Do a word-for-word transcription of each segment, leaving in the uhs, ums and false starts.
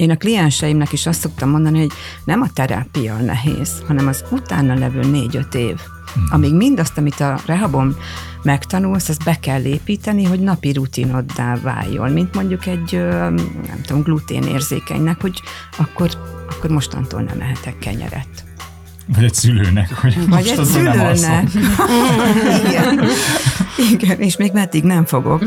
én a klienseimnek is azt szoktam mondani, hogy nem a terápia a nehéz, hanem az utána levő négy-öt év. Hmm. Amíg mindazt, amit a rehabon megtanulsz, ezt be kell építeni, hogy napi rutinoddá váljon, mint mondjuk egy, nem tudom, gluténérzékenynek, hogy akkor, akkor mostantól nem ehetek kenyeret. Vagy egy szülőnek, hogy Vagy egy szülőnek. Igen. Igen, és még meddig nem fogok.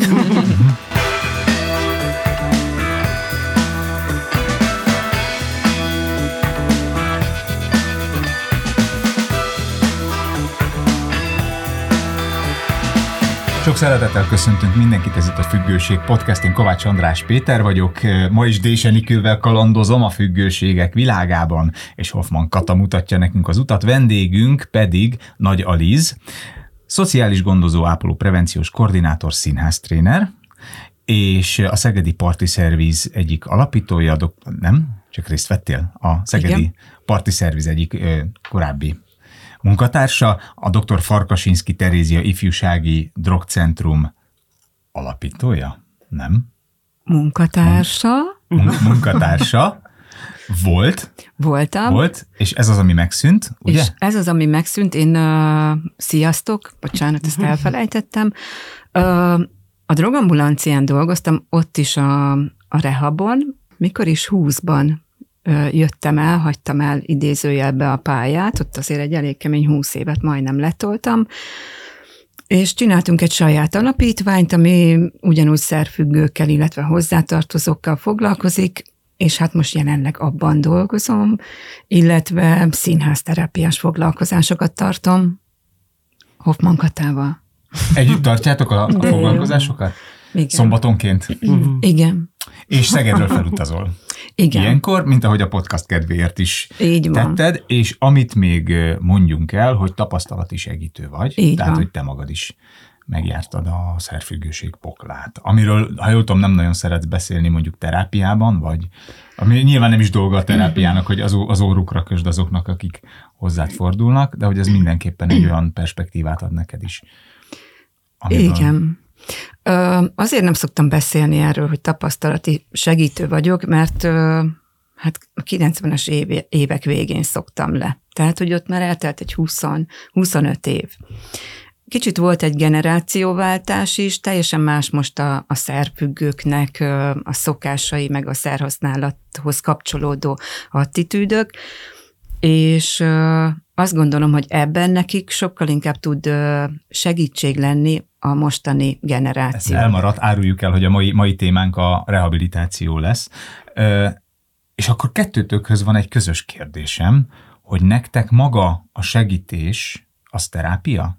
Sok szeretettel köszöntünk mindenkit, ez itt a Függőség Podcast, én Kovács András Péter vagyok, ma is Dése Nikővel kalandozom a függőségek világában, és Hoffman Kata mutatja nekünk az utat, vendégünk pedig Nagy Aliz, szociális gondozó, ápoló, prevenciós koordinátor, színháztréner, és a Szegedi Parti Szerviz egyik alapítója, dok- nem? Csak részt vettél? A Szegedi Igen. Parti Szerviz egyik ö, korábbi munkatársa, a doktor Farkasinszky Terézia Ifjúsági Drogcentrum alapítója, nem? Munkatársa. Mun- munkatársa. Volt. Voltam. Volt, és ez az, ami megszűnt, ugye? És ez az, ami megszűnt. Én, uh, sziasztok, bocsánat, ezt elfelejtettem. Uh, a drogambulancián dolgoztam, ott is a, a rehabon, mikor is húszban jöttem el, hagytam el idézőjelbe a pályát, ott azért egy elég kemény húsz évet majdnem letoltam, és csináltunk egy saját alapítványt, ami ugyanúgy szerfüggőkkel, illetve hozzátartozókkal foglalkozik, és hát most jelenleg abban dolgozom, illetve színházterápiás foglalkozásokat tartom Hoffman Katával. Együtt tartjátok a, a foglalkozásokat? Igen. Szombatonként? Uh-huh. Igen. És Szegedről felutazol. Igen. Ilyenkor, mint ahogy a podcast kedvéért is Így van. tetted, és amit még mondjunk el, hogy tapasztalati segítő vagy, Így tehát, van. hogy te magad is megjártad a szerfüggőség poklát, amiről, ha jól tudom, nem nagyon szeretsz beszélni mondjuk terápiában, vagy ami nyilván nem is dolga a terápiának, hogy az, az órukra kösd azoknak, akik hozzád fordulnak, de hogy ez mindenképpen egy olyan perspektívát ad neked is. Amiről... Igen. Ö, azért nem szoktam beszélni erről, hogy tapasztalati segítő vagyok, mert ö, hát a kilencvenes éve, évek végén szoktam le. Tehát, hogy ott már eltelt egy húsz-huszonöt év. Kicsit volt egy generációváltás is, teljesen más most a, a szerfüggőknek a szokásai, meg a szerhasználathoz kapcsolódó attitűdök, és ö, azt gondolom, hogy ebben nekik sokkal inkább tud ö, segítség lenni a mostani generáció. Ez elmaradt, áruljuk el, hogy a mai, mai témánk a rehabilitáció lesz. Ö, és akkor kettőtökhöz van egy közös kérdésem, hogy nektek maga a segítés, az terápia?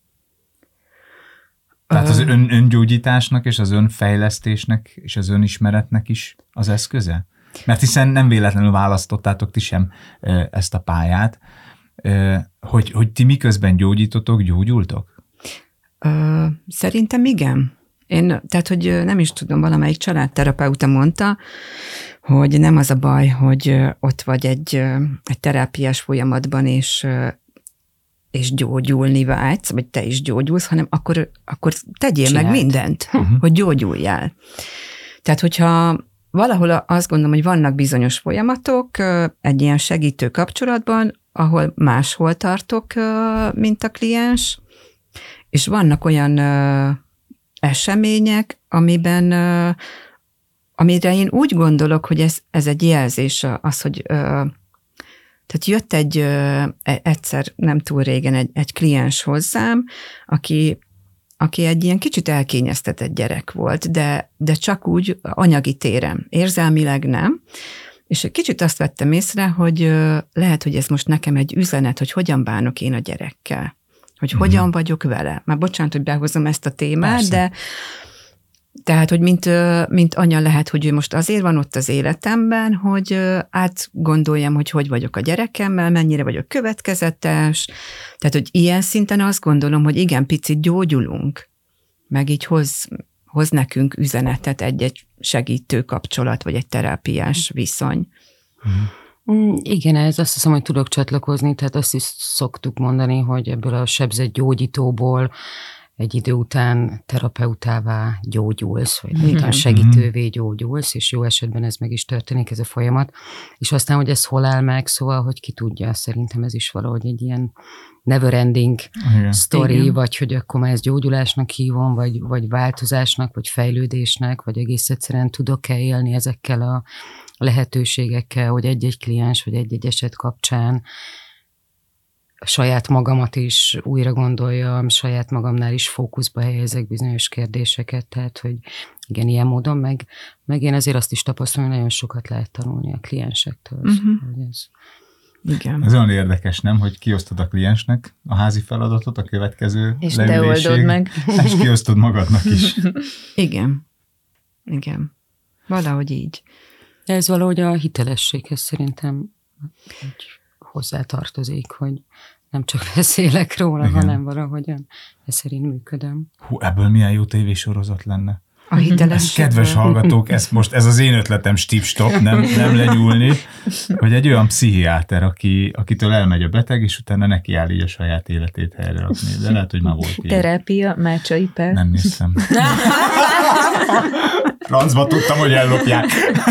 Tehát az ön, öngyógyításnak és az önfejlesztésnek és az önismeretnek is az eszköze? Mert hiszen nem véletlenül választottátok ti sem ezt a pályát, hogy, hogy ti miközben gyógyítotok, gyógyultok? Ö, szerintem igen. Én, tehát, hogy nem is tudom, valamelyik családterapeuta mondta, hogy nem az a baj, hogy ott vagy egy, egy terápiás folyamatban, és, és gyógyulni vágysz, vagy te is gyógyulsz, hanem akkor, akkor tegyél Csináld. meg mindent, uh-huh. hogy gyógyuljál. Tehát, hogyha valahol azt gondolom, hogy vannak bizonyos folyamatok egy ilyen segítő kapcsolatban, ahol máshol tartok, mint a kliens, és vannak olyan ö, események, amiben, ö, amire én úgy gondolok, hogy ez, ez egy jelzés az, hogy ö, tehát jött egy ö, egyszer, nem túl régen egy, egy kliens hozzám, aki, aki egy ilyen kicsit elkényeztetett gyerek volt, de, de csak úgy anyagi téren, érzelmileg nem, és egy kicsit azt vettem észre, hogy ö, lehet, hogy ez most nekem egy üzenet, hogy hogyan bánok én a gyerekkel. Hogy hogyan uh-huh. vagyok vele. Már bocsánat, hogy behozom ezt a témát, Persze. de tehát, hogy mint, mint anya lehet, hogy ő most azért van ott az életemben, hogy átgondoljam, hogy hogy vagyok a gyerekemmel, mennyire vagyok következetes. Tehát, hogy ilyen szinten azt gondolom, hogy igen, picit gyógyulunk, meg így hoz, hoz nekünk üzenetet egy-egy segítő kapcsolat, vagy egy terápiás viszony. Uh-huh. Igen, ez azt hiszem, hogy tudok csatlakozni, tehát azt is szoktuk mondani, hogy ebből a sebzett gyógyítóból egy idő után terapeutává gyógyulsz, vagy utána segítővé gyógyulsz, és jó esetben ez meg is történik, ez a folyamat. És aztán, hogy ez hol áll meg, szóval, hogy ki tudja, szerintem ez is valahogy egy ilyen never ending igen. story, igen. vagy hogy akkor már ezt gyógyulásnak hívom, vagy, vagy változásnak, vagy fejlődésnek, vagy egész egyszerűen tudok-e élni ezekkel a lehetőségekkel, hogy egy-egy kliens, vagy egy-egy eset kapcsán saját magamat is újra gondoljam, saját magamnál is fókuszba helyezek bizonyos kérdéseket, tehát, hogy igen, ilyen módon, meg, meg én azért azt is tapasztalom, hogy nagyon sokat lehet tanulni a kliensektől. Uh-huh. Ez... Igen. Ez olyan érdekes, nem, hogy kiosztod a kliensnek a házi feladatot, a következő és leülésig, te oldod meg. És kiosztod magadnak is. Igen. Igen. Valahogy így. De ez valahogy a hitelességhez szerintem hozzátartozik, hogy nem csak beszélek róla, igen. hanem valahogyan ez szerint működöm. Hú, ebből milyen jó tévésorozat lenne. A hitelesség. Kedves hallgatók, ez most ez az én ötletem, stip-stop, nem, nem lenyúlni, hogy egy olyan pszichiáter, aki, akitől elmegy a beteg, és utána neki áll így a saját életét helyre rakni. De lehet, hogy már volt ilyen. Terápia, Mácsai Pál. Nem néztem. Francba tudtam, hogy ellopják.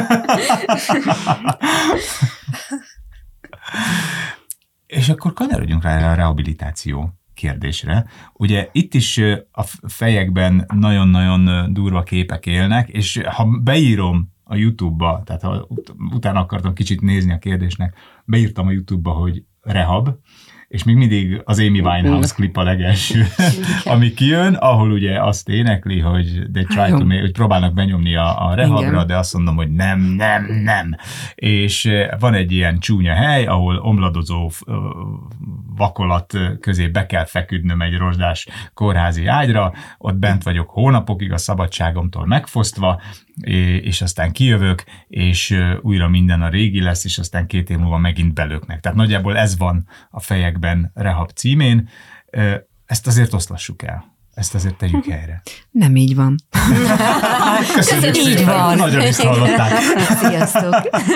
És akkor kanyarodjunk rá a rehabilitáció kérdésre. Ugye itt is a fejekben nagyon-nagyon durva képek élnek, és ha beírom a YouTube-ba, tehát ha utána akartam kicsit nézni a kérdésnek, beírtam a YouTube-ba, hogy rehab, és még mindig az Amy Winehouse klip a legelső, ami kijön, ahol ugye azt énekli, hogy they try to make, hogy próbálnak benyomni a, a rehabra, igen. de azt mondom, hogy nem, nem, nem. És van egy ilyen csúnya hely, ahol omladozó vakolat közé be kell feküdnöm egy rozsdás kórházi ágyra, ott bent vagyok hónapokig a szabadságomtól megfosztva, és aztán kijövök, és újra minden a régi lesz, és aztán két év múlva megint belöknek. Tehát nagyjából ez van a fejekben rehab címén. Ezt azért oszlassuk el. Ezt azért tegyük helyre. Nem így van. Köszönjük szépen. Így van. Nagyon is hallották. Sziasztok.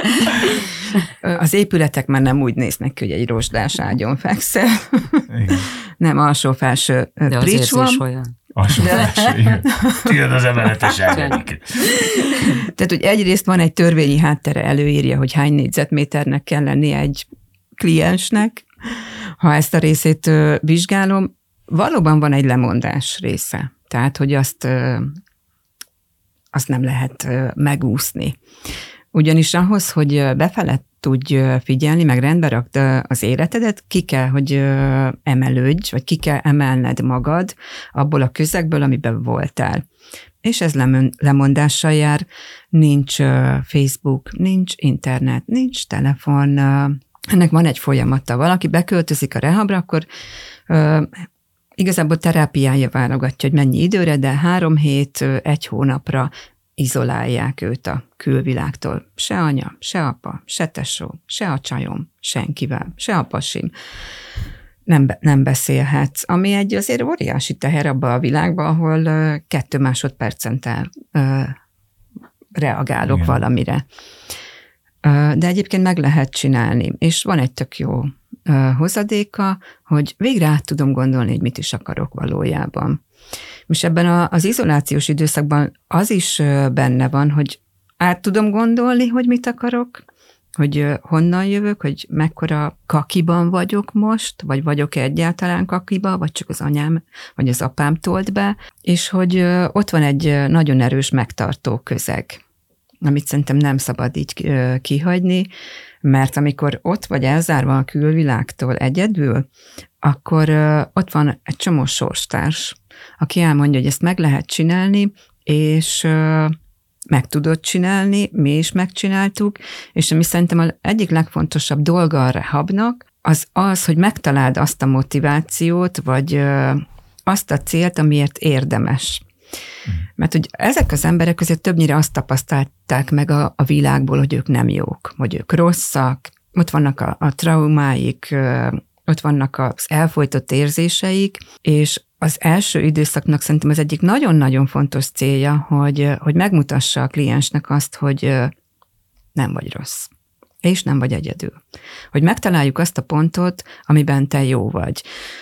Az épületek már nem úgy néznek ki, hogy egy rozsdás ágyon fekszel. Igen. Nem alsó-felső bridge van. Olyan. Alsó-felső, igen. Tiéd az emeletes elvenik. Tehát, hogy egyrészt van egy törvényi háttere, előírja, hogy hány négyzetméternek kell lennie egy kliensnek. Ha ezt a részét vizsgálom, valóban van egy lemondás része. Tehát, hogy azt, azt nem lehet megúszni. Ugyanis ahhoz, hogy befele tudj figyelni, meg rendbe rakd az életedet, ki kell, hogy emelődj, vagy ki kell emelned magad abból a közegből, amiben voltál. És ez lemondással jár, nincs Facebook, nincs internet, nincs telefon. Ennek van egy folyamata. Valaki beköltözik a rehabra, akkor igazából terápiája válogatja, hogy mennyi időre, de három hét, egy hónapra izolálják őt a külvilágtól. Se anya, se apa, se tesó, se a csajom, senkivel, se a pasim. Nem, nem beszélhetsz, ami egy azért óriási teher abban a világban, ahol uh, kettő másodpercentel uh, reagálok igen. valamire. Uh, de egyébként meg lehet csinálni, és van egy tök jó uh, hozadéka, hogy végre át tudom gondolni, hogy mit is akarok valójában. És ebben a, az izolációs időszakban az is benne van, hogy át tudom gondolni, hogy mit akarok, hogy honnan jövök, hogy mekkora kakiban vagyok most, vagy vagyok-e egyáltalán kakiba, vagy csak az anyám, vagy az apám tolt be, és hogy ott van egy nagyon erős megtartó közeg, amit szerintem nem szabad így kihagyni, mert amikor ott vagy elzárva a külvilágtól egyedül, akkor ott van egy csomó sorstárs, aki elmondja, hogy ezt meg lehet csinálni, és meg tudod csinálni, mi is megcsináltuk, és ami szerintem az egyik legfontosabb dolga a rehabnak, az az, hogy megtaláld azt a motivációt, vagy azt a célt, amiért érdemes. Mert hogy ezek az emberek azért többnyire azt tapasztalták meg a, a világból, hogy ők nem jók, hogy ők rosszak, ott vannak a, a traumáik, ott vannak az elfojtott érzéseik, és az első időszaknak szerintem az egyik nagyon-nagyon fontos célja, hogy, hogy megmutassa a kliensnek azt, hogy nem vagy rossz, és nem vagy egyedül. Hogy megtaláljuk azt a pontot, amiben te jó vagy.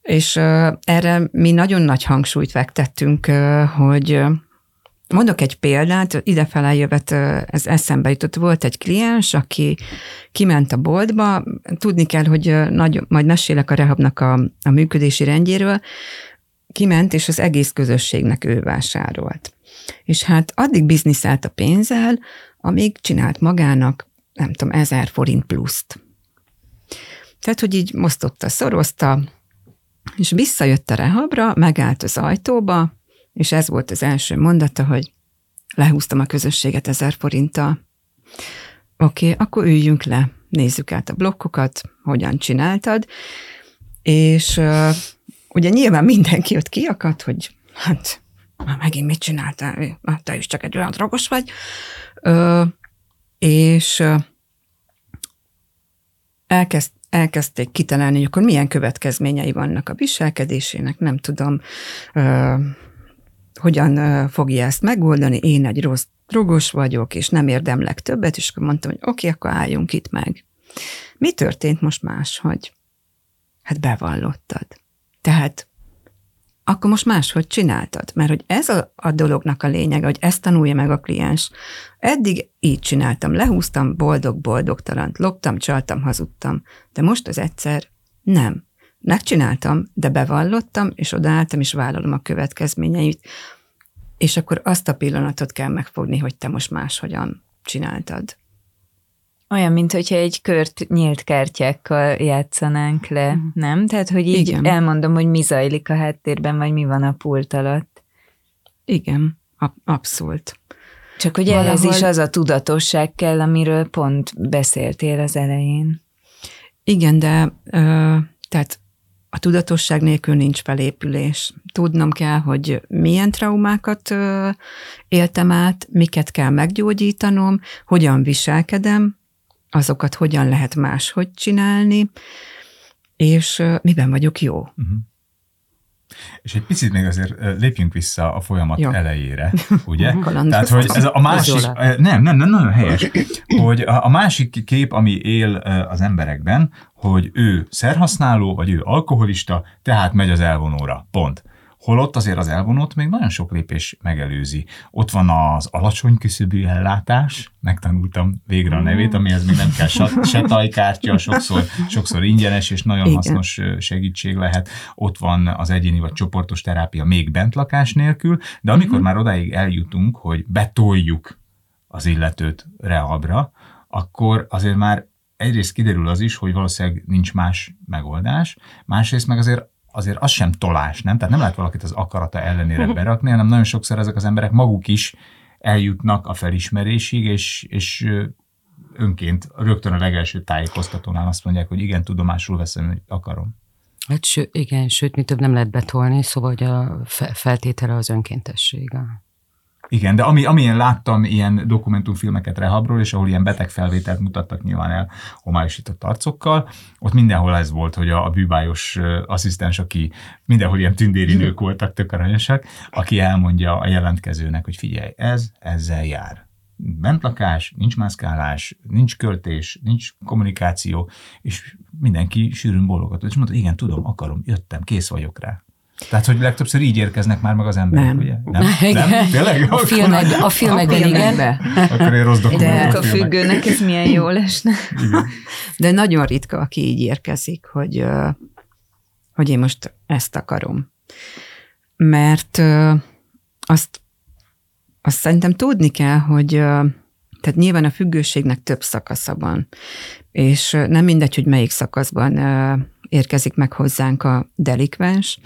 És erre mi nagyon nagy hangsúlyt fektettünk, hogy mondok egy példát, idefele jövet ez eszembe jutott. Volt egy kliens, aki kiment a boltba, tudni kell, hogy nagy, majd mesélek a rehabnak a, a működési rendjéről, kiment, és az egész közösségnek ő vásárolt. És hát addig bizniszelt a pénzzel, amíg csinált magának, nem tudom, ezer forint pluszt. Tehát, hogy így mosztotta, szorozta, és visszajött a rehabra, megállt az ajtóba, és ez volt az első mondata, hogy lehúztam a közösséget ezer forinttal. Oké, okay, akkor üljünk le, nézzük át a blokkokat, hogyan csináltad, és uh, ugye nyilván mindenki ott kiakadt, hogy hát, már megint mit csináltál, te is csak egy olyan drogos vagy, uh, és uh, elkezd, elkezdték kitalálni, hogy akkor milyen következményei vannak a viselkedésének, nem tudom, uh, hogyan fogja ezt megoldani, én egy rossz drogos vagyok, és nem érdemlek többet, és akkor mondtam, hogy oké, okay, akkor álljunk itt meg. Mi történt most máshogy? Hát bevallottad. Tehát akkor most máshogy csináltad, mert hogy ez a, a dolognak a lényege, hogy ezt tanulja meg a kliens. Eddig így csináltam, lehúztam boldog-boldogtalant, loptam, csaltam, hazudtam, de most az egyszer nem. Megcsináltam, de bevallottam, és odaálltam, és vállalom a következményeit, és akkor azt a pillanatot kell megfogni, hogy te most máshogyan csináltad. Olyan, mint hogyha egy kört nyílt kártyákkal játszanánk le, mm. nem? Tehát, hogy így igen. Elmondom, hogy mi zajlik a háttérben, vagy mi van a pult alatt. Igen, abszolút. Csak hogy Valahol... ehhez is az a tudatosság kell, amiről pont beszéltél az elején. Igen, de ö, tehát a tudatosság nélkül nincs felépülés. Tudnom kell, hogy milyen traumákat ö, éltem át, miket kell meggyógyítanom, hogyan viselkedem, azokat hogyan lehet máshogy csinálni, és ö, miben vagyok jó. Uh-huh. És egy picit még azért lépjünk vissza a folyamat jó. elejére, ugye? Tehát, hogy ez a másik, nem, nem, nem, nagyon helyes, hogy a, a másik kép, ami él az emberekben, hogy ő szerhasználó, vagy ő alkoholista, tehát megy az elvonóra, pont. Holott azért az elvonót még nagyon sok lépés megelőzi. Ott van az alacsony küszöbű ellátás, megtanultam végre a nevét, amihez még nem kell se tajkártya, sokszor, sokszor ingyenes és nagyon igen. hasznos segítség lehet. Ott van az egyéni vagy csoportos terápia még bentlakás nélkül, de amikor uh-huh. már odáig eljutunk, hogy betoljuk az illetőt rehabra, akkor azért már egyrészt kiderül az is, hogy valószínűleg nincs más megoldás, másrészt meg azért azért az sem tolás, nem? Tehát nem lehet valakit az akarata ellenére berakni, hanem nagyon sokszor ezek az emberek maguk is eljutnak a felismerésig, és, és önként rögtön a legelső tájékoztatónál azt mondják, hogy igen, tudomásul veszem, hogy akarom. Hát ső, igen, sőt, mi több nem lehet betolni, szóval hogy a feltétele az önkéntesség. Igen, de ami, amilyen láttam ilyen dokumentumfilmeket rehabról, és ahol ilyen betegfelvételt mutattak nyilván el homályosított arcokkal, ott mindenhol ez volt, hogy a, a bűbájos asszisztens, aki mindenhol ilyen tündéri nők voltak, tök aranyosak, aki elmondja a jelentkezőnek, hogy figyelj, ez ezzel jár. Bentlakás, nincs mászkálás, nincs költés, nincs kommunikáció, és mindenki sűrűn bólogatott, és mondta, igen, tudom, akarom, jöttem, kész vagyok rá. Tehát, hogy legtöbbször így érkeznek már meg az emberek, nem. ugye? Nem? Nem? Tényleg? A filmekben, a filmekben igen. Akkor én rossz dokumentum. De a függőnek ez milyen jó lesne. De nagyon ritka, aki így érkezik, hogy, hogy én most ezt akarom. Mert azt, azt szerintem tudni kell, hogy tehát nyilván a függőségnek több szakasza van, és nem mindegy, hogy melyik szakaszban érkezik meg hozzánk a delikvens,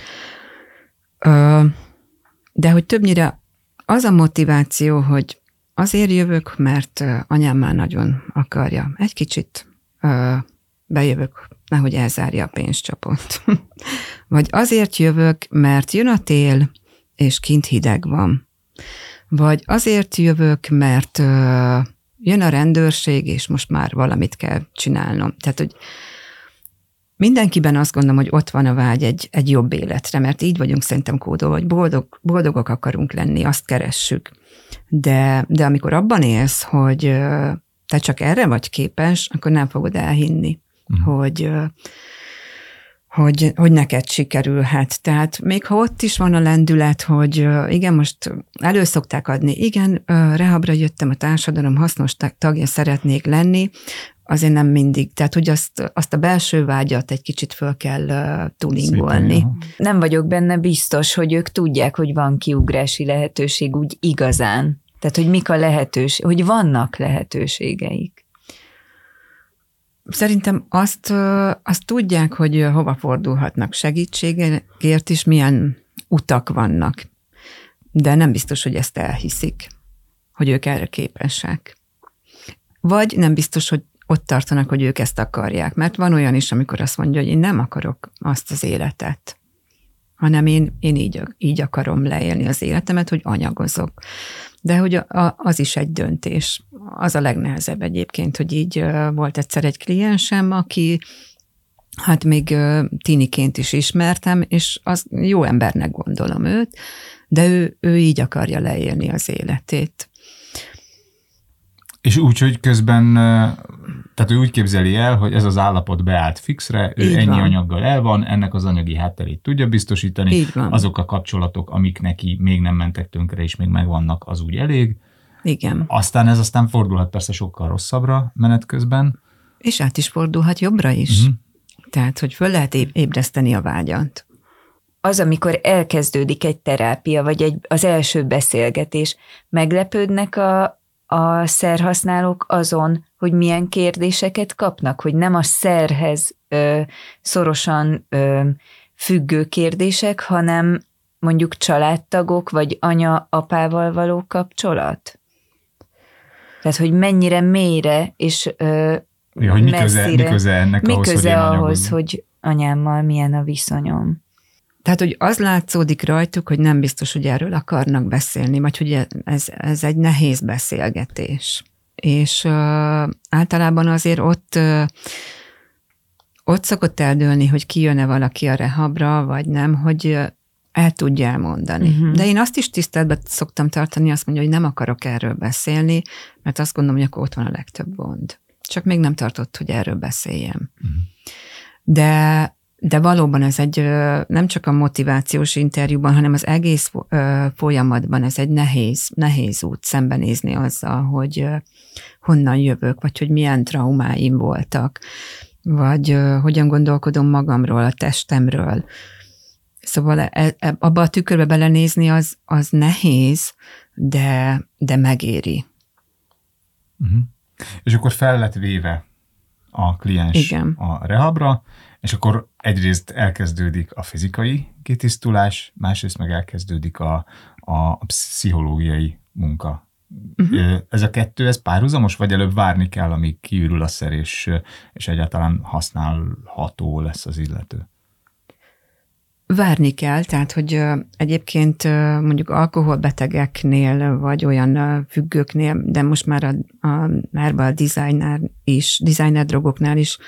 de hogy többnyire az a motiváció, hogy azért jövök, mert anyám már nagyon akarja. Egy kicsit bejövök, nehogy elzárja a pénzcsapot. Vagy azért jövök, mert jön a tél, és kint hideg van. Vagy azért jövök, mert jön a rendőrség, és most már valamit kell csinálnom. Tehát, hogy mindenkiben azt gondolom, hogy ott van a vágy egy, egy jobb életre, mert így vagyunk szerintem kódolva, hogy boldog, boldogok akarunk lenni, azt keressük. De, de amikor abban élsz, hogy te csak erre vagy képes, akkor nem fogod elhinni, mm. hogy, hogy, hogy neked sikerülhet. Tehát még ha ott is van a lendület, hogy igen, most elő szokták adni, igen, rehabra jöttem, a társadalom hasznos tagja szeretnék lenni, azért nem mindig. Tehát, hogy azt, azt a belső vágyat egy kicsit föl kell uh, tuningolni. Nem vagyok benne biztos, hogy ők tudják, hogy van kiugrási lehetőség úgy igazán. Tehát, hogy mik a lehetőség, hogy vannak lehetőségeik. Szerintem azt, azt tudják, hogy hova fordulhatnak segítségért is, milyen utak vannak. De nem biztos, hogy ezt elhiszik, hogy ők erre képesek. Vagy nem biztos, hogy ott tartanak, hogy ők ezt akarják. Mert van olyan is, amikor azt mondja, hogy én nem akarok azt az életet, hanem én, én így, így akarom leélni az életemet, hogy anyagozok. De hogy a, az is egy döntés. Az a legnehezebb egyébként, hogy így volt egyszer egy kliensem, aki hát még tiniként is ismertem, és az jó embernek gondolom őt, de ő, ő így akarja leélni az életét. És úgy, hogy közben, tehát ő úgy képzeli el, hogy ez az állapot beállt fixre, ő így ennyi van. Anyaggal el van, ennek az anyagi hátterét tudja biztosítani, azok a kapcsolatok, amik neki még nem mentek tönkre, és még megvannak, az úgy elég. Igen. Aztán ez aztán fordulhat persze sokkal rosszabbra menet közben. És át is fordulhat jobbra is. Uh-huh. Tehát, hogy föl lehet ébreszteni a vágyat. Az, amikor elkezdődik egy terápia, vagy egy, az első beszélgetés, meglepődnek a a szerhasználók azon, hogy milyen kérdéseket kapnak, hogy nem a szerhez ö, szorosan ö, függő kérdések, hanem mondjuk családtagok, vagy anya-apával való kapcsolat? Tehát, hogy mennyire mélyre, és ö, ja, hogy mi köze, mi köze ennek mi ahhoz, köze hogy, ahhoz hogy anyámmal milyen a viszonyom? Tehát, hogy az látszódik rajtuk, hogy nem biztos, hogy erről akarnak beszélni, vagy hogy ez, ez egy nehéz beszélgetés. És uh, általában azért ott, uh, ott szokott eldőlni, hogy kijön-e valaki a rehabra, vagy nem, hogy uh, el tudja elmondani. Uh-huh. De én azt is tiszteletben szoktam tartani, azt mondja, hogy nem akarok erről beszélni, mert azt gondolom, hogy akkor ott van a legtöbb gond. Csak még nem tartott, hogy erről beszéljem. Uh-huh. De De valóban ez egy nem csak a motivációs interjúban, hanem az egész folyamatban ez egy nehéz, nehéz út szembenézni azzal, hogy honnan jövök, vagy hogy milyen traumáim voltak, vagy hogyan gondolkodom magamról, a testemről. Szóval e, e, abba a tükörbe belenézni az, az nehéz, de, de megéri. Uh-huh. És akkor fel lett véve a kliens Igen. a rehabra, és akkor egyrészt elkezdődik a fizikai kitisztulás, másrészt meg elkezdődik a, a pszichológiai munka. Uh-huh. Ez a kettő, ez párhuzamos, vagy előbb várni kell, amíg kiürül a szer, és, és egyáltalán használható lesz az illető? Várni kell, tehát, hogy egyébként mondjuk alkoholbetegeknél, vagy olyan függőknél, de most már a, a herbal designer is, designer drogoknál is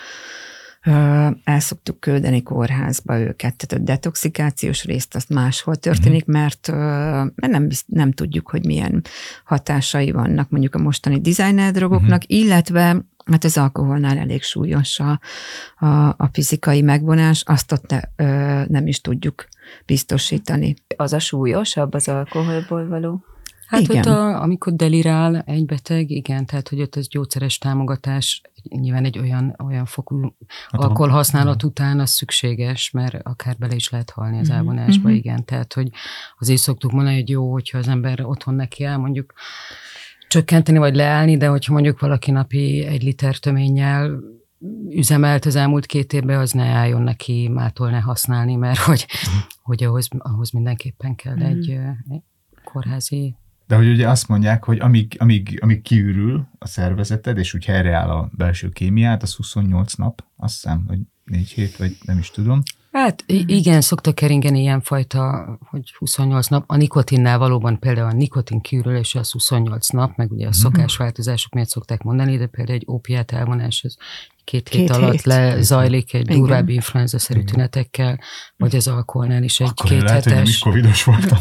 el szoktuk küldeni kórházba őket, tehát a detoxikációs részt azt máshol történik, mert, mert nem, nem tudjuk, hogy milyen hatásai vannak mondjuk a mostani designer drogoknak, uh-huh. illetve hát az alkoholnál elég súlyos a, a, a fizikai megvonás, azt ott ne, ö, nem is tudjuk biztosítani. Az a súlyosabb az alkoholból való? Hát igen. Ott, a, amikor delirál egy beteg, igen, tehát hogy ott az gyógyszeres támogatás nyilván egy olyan, olyan fokú hát alkoholhasználat után az szükséges, mert akár bele is lehet halni az elvonásba, mm-hmm. igen. Tehát, hogy azért szoktuk mondani, hogy jó, hogyha az ember otthon neki áll, mondjuk csökkenteni vagy leállni, de hogyha mondjuk valaki napi egy liter töménnyel üzemelt az elmúlt két évben, az ne álljon neki, mától ne használni, mert hogy, hogy ahhoz, ahhoz mindenképpen kell mm. egy, egy kórházi. De hogy ugye azt mondják, hogy amíg, amíg, amíg kiürül a szervezeted, és úgy helyreáll a belső kémiát, az huszonnyolc nap, azt hiszem, hogy négy hét, vagy nem is tudom. Hát igen, szoktak keringeni ilyenfajta, hogy huszonnyolc nap. A nikotinnál valóban például a nikotin kiürülése az huszonnyolc nap, meg ugye a szokásváltozások miatt szokták mondani, de például egy ópiát elvonás az két, két hét alatt hét. lezajlik egy durvább influenza-szerű tünetekkel, vagy az alkoholnál is egy Akkor két lehet, hetes. Hogy nem is covidos voltam.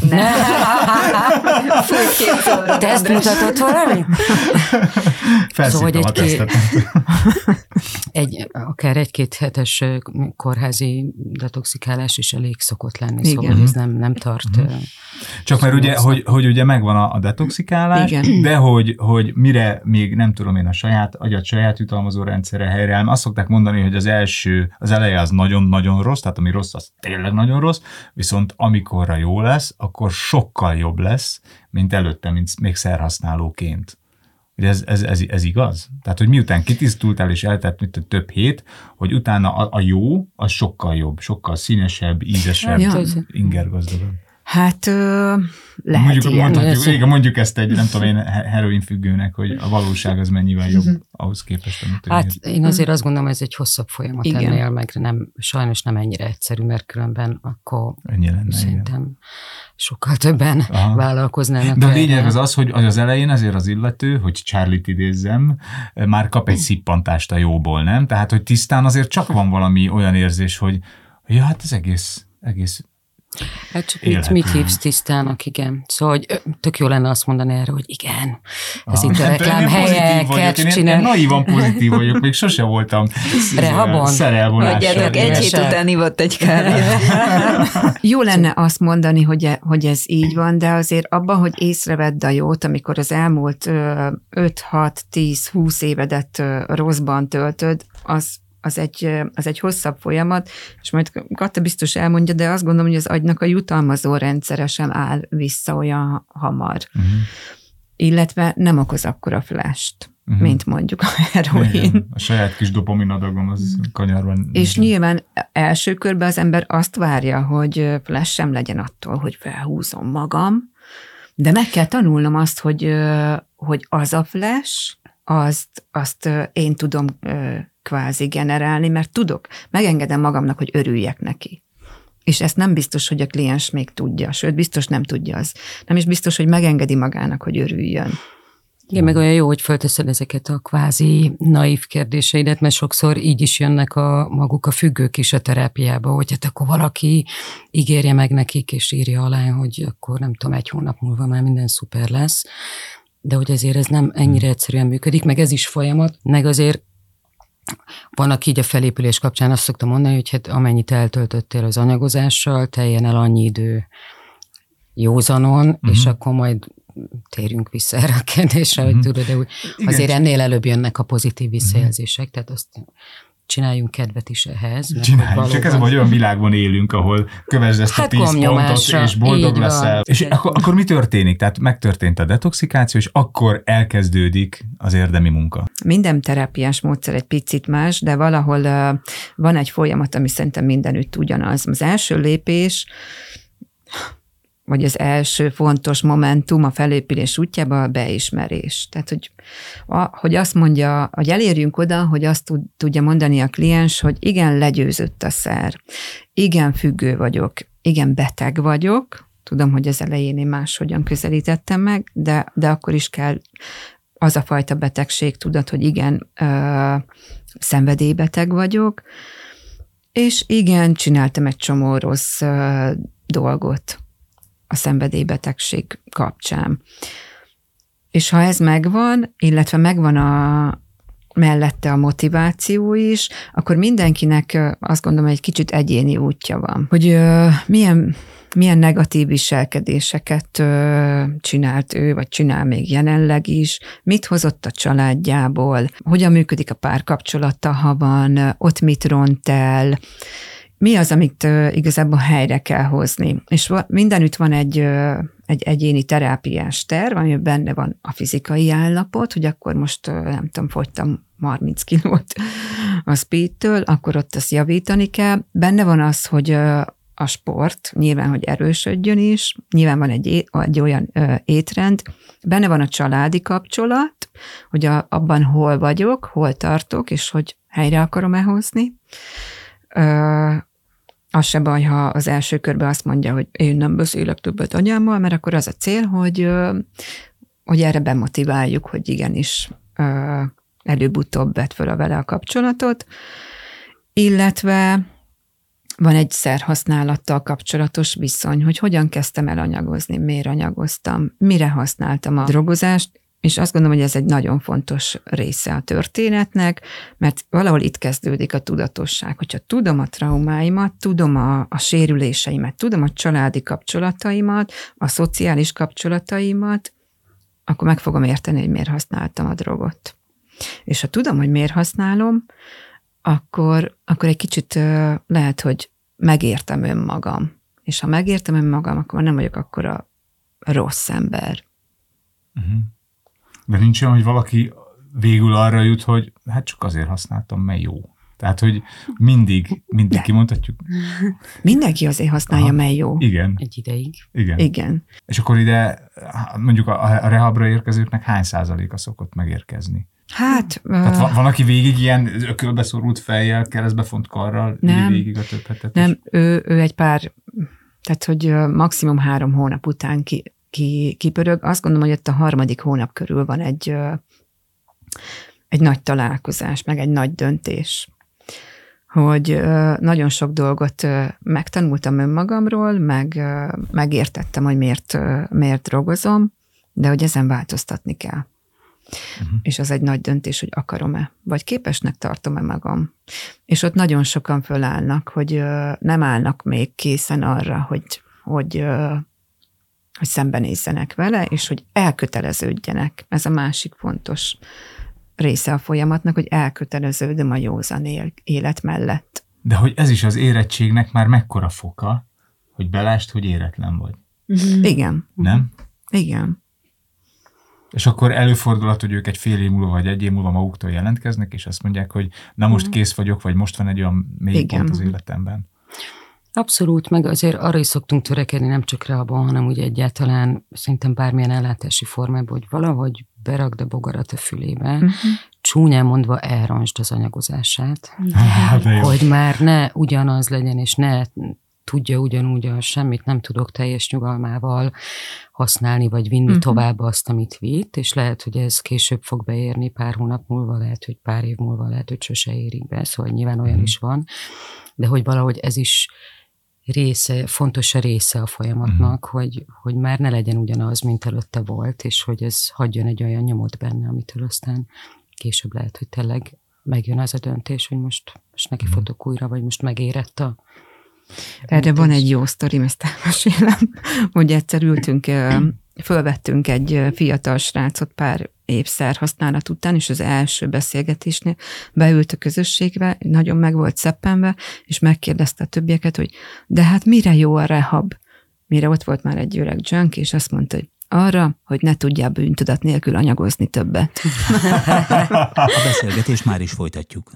Teszt mutatott valami? Felszívtam szóval, a tesztet. Egy, akár egy-két hetes kórházi detoxikálás is elég szokott lenni, Igen. szóval ez nem, nem tart. Uh-huh. Csak mert ugye, hogy, hogy ugye megvan a, a detoxikálás, igen. de hogy, hogy mire még nem tudom én a saját agyat, saját jutalmazó rendszerre helyreáll, azt szokták mondani, hogy az első, az eleje az nagyon-nagyon rossz, tehát ami rossz, az tényleg nagyon rossz, viszont amikorra jó lesz, akkor sokkal jobb lesz, mint előtte, mint még szerhasználóként. Ez, ez, ez, ez igaz? Tehát, hogy miután kitisztultál és eltelt mint több hét, hogy utána a, a jó, az sokkal jobb, sokkal színesebb, ízesebb, ja. ingergazdagabb. Hát ö, lehet mondjuk, ilyen. Mondjuk, igen, mondjuk ezt egy, nem tudom én, heroin függőnek, hogy a valóság az mennyivel jobb ahhoz képest, amit Hát én, én azért azt gondolom, ez egy hosszabb folyamat igen. ennél, meg nem, sajnos nem ennyire egyszerű, mert különben akkor lenne, szerintem igen. sokkal többen Aha. vállalkoznának. De a lényeg az az, hogy az elején azért az illető, hogy Charlie-t idézzem, már kap egy szippantást a jóból, nem? Tehát, hogy tisztán azért csak van valami olyan érzés, hogy ja, hát ez egész, egész Hát csak mit, mit hívsz tisztának, igen. Szóval hogy tök jó lenne azt mondani erre, hogy igen, ez ah, itt a reklámhelyeket csinál. Én naívan pozitív vagyok, még sose voltam szerelvonással. Hagyjátok, egy hét után ivott egy kávét. Jó lenne azt mondani, hogy, hogy ez így van, de azért abban, hogy észrevedd a jót, amikor az elmúlt öt, hat, tíz, húsz évedet rosszban töltöd, az Az egy, az egy hosszabb folyamat, és majd Kata biztos elmondja, de azt gondolom, hogy az agynak a jutalmazó rendszere sem áll vissza olyan hamar. Uh-huh. Illetve nem okoz akkora flash-t, uh-huh. mint mondjuk a heroin. Igen, a saját kis dopaminadagom az kanyarban. És igen. Nyilván első körben az ember azt várja, hogy flash sem legyen attól, hogy felhúzom magam, de meg kell tanulnom azt, hogy, hogy az a flash, azt, azt én tudom kvázi generálni, mert tudok, megengedem magamnak, hogy örüljek neki. És ezt nem biztos, hogy a kliens még tudja, sőt, biztos nem tudja az. Nem is biztos, hogy megengedi magának, hogy örüljön. Igen, meg olyan jó, hogy fölteszed ezeket a kvázi naív kérdéseidet, mert sokszor így is jönnek a maguk a függők is a terápiába, hogy hát akkor valaki ígérje meg nekik, és írja alá, hogy akkor nem tudom, egy hónap múlva már minden szuper lesz, de hogy azért ez nem ennyire egyszerűen működik, meg ez is folyamat, meg azért van, aki így a felépülés kapcsán azt szokta mondani, hogy hát amennyit eltöltöttél az anyagozással, teljen el annyi idő józanon, uh-huh. és akkor majd térjünk vissza erre a kérdésre, uh-huh. hogy tudod, de úgy, azért ennél előbb jönnek a pozitív visszajelzések, uh-huh. tehát azt csináljunk kedvet is ehhez. Csináljunk, valóban... csak ez vagy olyan világban élünk, ahol kövesd ezt hát a tíz pontot, és boldog leszel. És akkor, akkor mi történik? Tehát megtörtént a detoxikáció, és akkor elkezdődik az érdemi munka. Minden terápiás módszer egy picit más, de valahol uh, van egy folyamat, ami szerintem mindenütt ugyanaz. Az első lépés, vagy az első fontos momentum a felépülés útjában a beismerés. Tehát, hogy, a, hogy azt mondja, hogy elérjünk oda, hogy azt tud, tudja mondani a kliens, hogy igen, legyőzött a szer, igen, függő vagyok, igen, beteg vagyok, tudom, hogy az elején én máshogyan közelítettem meg, de, de akkor is kell az a fajta betegség, tudod, hogy igen, ö, szenvedélybeteg vagyok, és igen, csináltam egy csomó rossz ö, dolgot a szenvedélybetegség kapcsán. És ha ez megvan, illetve megvan a mellette a motiváció is, akkor mindenkinek azt gondolom, egy kicsit egyéni útja van. Hogy ö, milyen, milyen negatív viselkedéseket ö, csinált ő, vagy csinál még jelenleg is, mit hozott a családjából, hogyan működik a párkapcsolata, ha van, ott mit ront el, mi az, amit uh, igazából helyre kell hozni. És mindenütt van egy, uh, egy egyéni terápiás terv, amiben benne van a fizikai állapot, hogy akkor most, uh, nem tudom, fogytam harminc kilót a speedtől, akkor ott azt javítani kell. Benne van az, hogy uh, a sport, nyilván, hogy erősödjön is, nyilván van egy, é- egy olyan uh, étrend, benne van a családi kapcsolat, hogy a, abban hol vagyok, hol tartok, és hogy helyre akarom-e hozni. Uh, az se baj, ha az első körben azt mondja, hogy én nem beszélek többet anyámmal, mert akkor az a cél, hogy, hogy erre bemotiváljuk, hogy igenis előbb-utóbb vett föl a vele a kapcsolatot, illetve van egy szerhasználattal kapcsolatos viszony, hogy hogyan kezdtem el anyagozni, miért anyagoztam, mire használtam a drogozást, és azt gondolom, hogy ez egy nagyon fontos része a történetnek, mert valahol itt kezdődik a tudatosság. Hogyha tudom a traumáimat, tudom a, a sérüléseimet, tudom a családi kapcsolataimat, a szociális kapcsolataimat, akkor meg fogom érteni, hogy miért használtam a drogot. És ha tudom, hogy miért használom, akkor, akkor egy kicsit lehet, hogy megértem önmagam. És ha megértem önmagam, akkor nem vagyok akkora rossz ember. Uh-huh. De nincs olyan, hogy valaki végül arra jut, hogy hát csak azért használtam, mert jó. Tehát, hogy mindig, mindig de. Kimondhatjuk. Mindenki azért használja, Aha. mert jó. Igen. Egy ideig. Igen. Igen. És akkor ide mondjuk a, a rehabra érkezőknek hány százaléka szokott megérkezni? Hát... Tehát van, van, aki végig ilyen ökölbeszorult fejjel, keresztbefont karral, nem, végig a több hetet. Nem, ő, ő egy pár, tehát hogy maximum három hónap után ki, ki, kipörög. Azt gondolom, hogy ott a harmadik hónap körül van egy, egy nagy találkozás, meg egy nagy döntés. Hogy nagyon sok dolgot megtanultam önmagamról, meg megértettem, hogy miért, miért drogozom, de hogy ezen változtatni kell. Uh-huh. És az egy nagy döntés, hogy akarom-e, vagy képesnek tartom-e magam. És ott nagyon sokan fölállnak, hogy nem állnak még készen arra, hogy, hogy, hogy szembenézzenek vele, és hogy elköteleződjenek. Ez a másik fontos része a folyamatnak, hogy elköteleződöm a józan élet mellett. De hogy ez is az érettségnek már mekkora foka, hogy belásd, hogy éretlen vagy. Uh-huh. Igen. Nem? Igen. És akkor előfordulhat, hogy ők egy fél év múlva vagy egy év múlva maguktól jelentkeznek, és azt mondják, hogy na most kész vagyok, vagy most van egy olyan mély pont az életemben. Abszolút, meg azért arra is szoktunk törekedni, nem csak rehabban, hanem úgy egyáltalán szerintem bármilyen ellátási formában, hogy valahogy berakd a bogarat a fülébe, uh-huh. csúnyán mondva elrontsd az anyagozását, hogy már ne ugyanaz legyen, és ne tudja ugyanúgy a semmit nem tudok teljes nyugalmával használni, vagy vinni uh-huh. tovább azt, amit vitt, és lehet, hogy ez később fog beérni pár hónap múlva, lehet, hogy pár év múlva, lehet, hogy sose érik be, szóval nyilván olyan uh-huh. is van, de hogy valahogy ez is része, fontos a része a folyamatnak, uh-huh. hogy, hogy már ne legyen ugyanaz, mint előtte volt, és hogy ez hagyjon egy olyan nyomot benne, amitől aztán később lehet, hogy tényleg megjön az a döntés, hogy most, most neki uh-huh. fotok újra, vagy most megérett a Erre van egy jó sztorim, ezt elmesélem, hogy egyszer ültünk, fölvettünk egy fiatal srácot pár évszer használat után, és az első beszélgetésnél beült a közösségbe, nagyon meg volt szeppenve, és megkérdezte a többieket, hogy de hát mire jó a rehab? Mire ott volt már egy öreg junk, és azt mondta, hogy arra, hogy ne tudjál bűntudat nélkül anyagozni többet. A beszélgetést már is folytatjuk.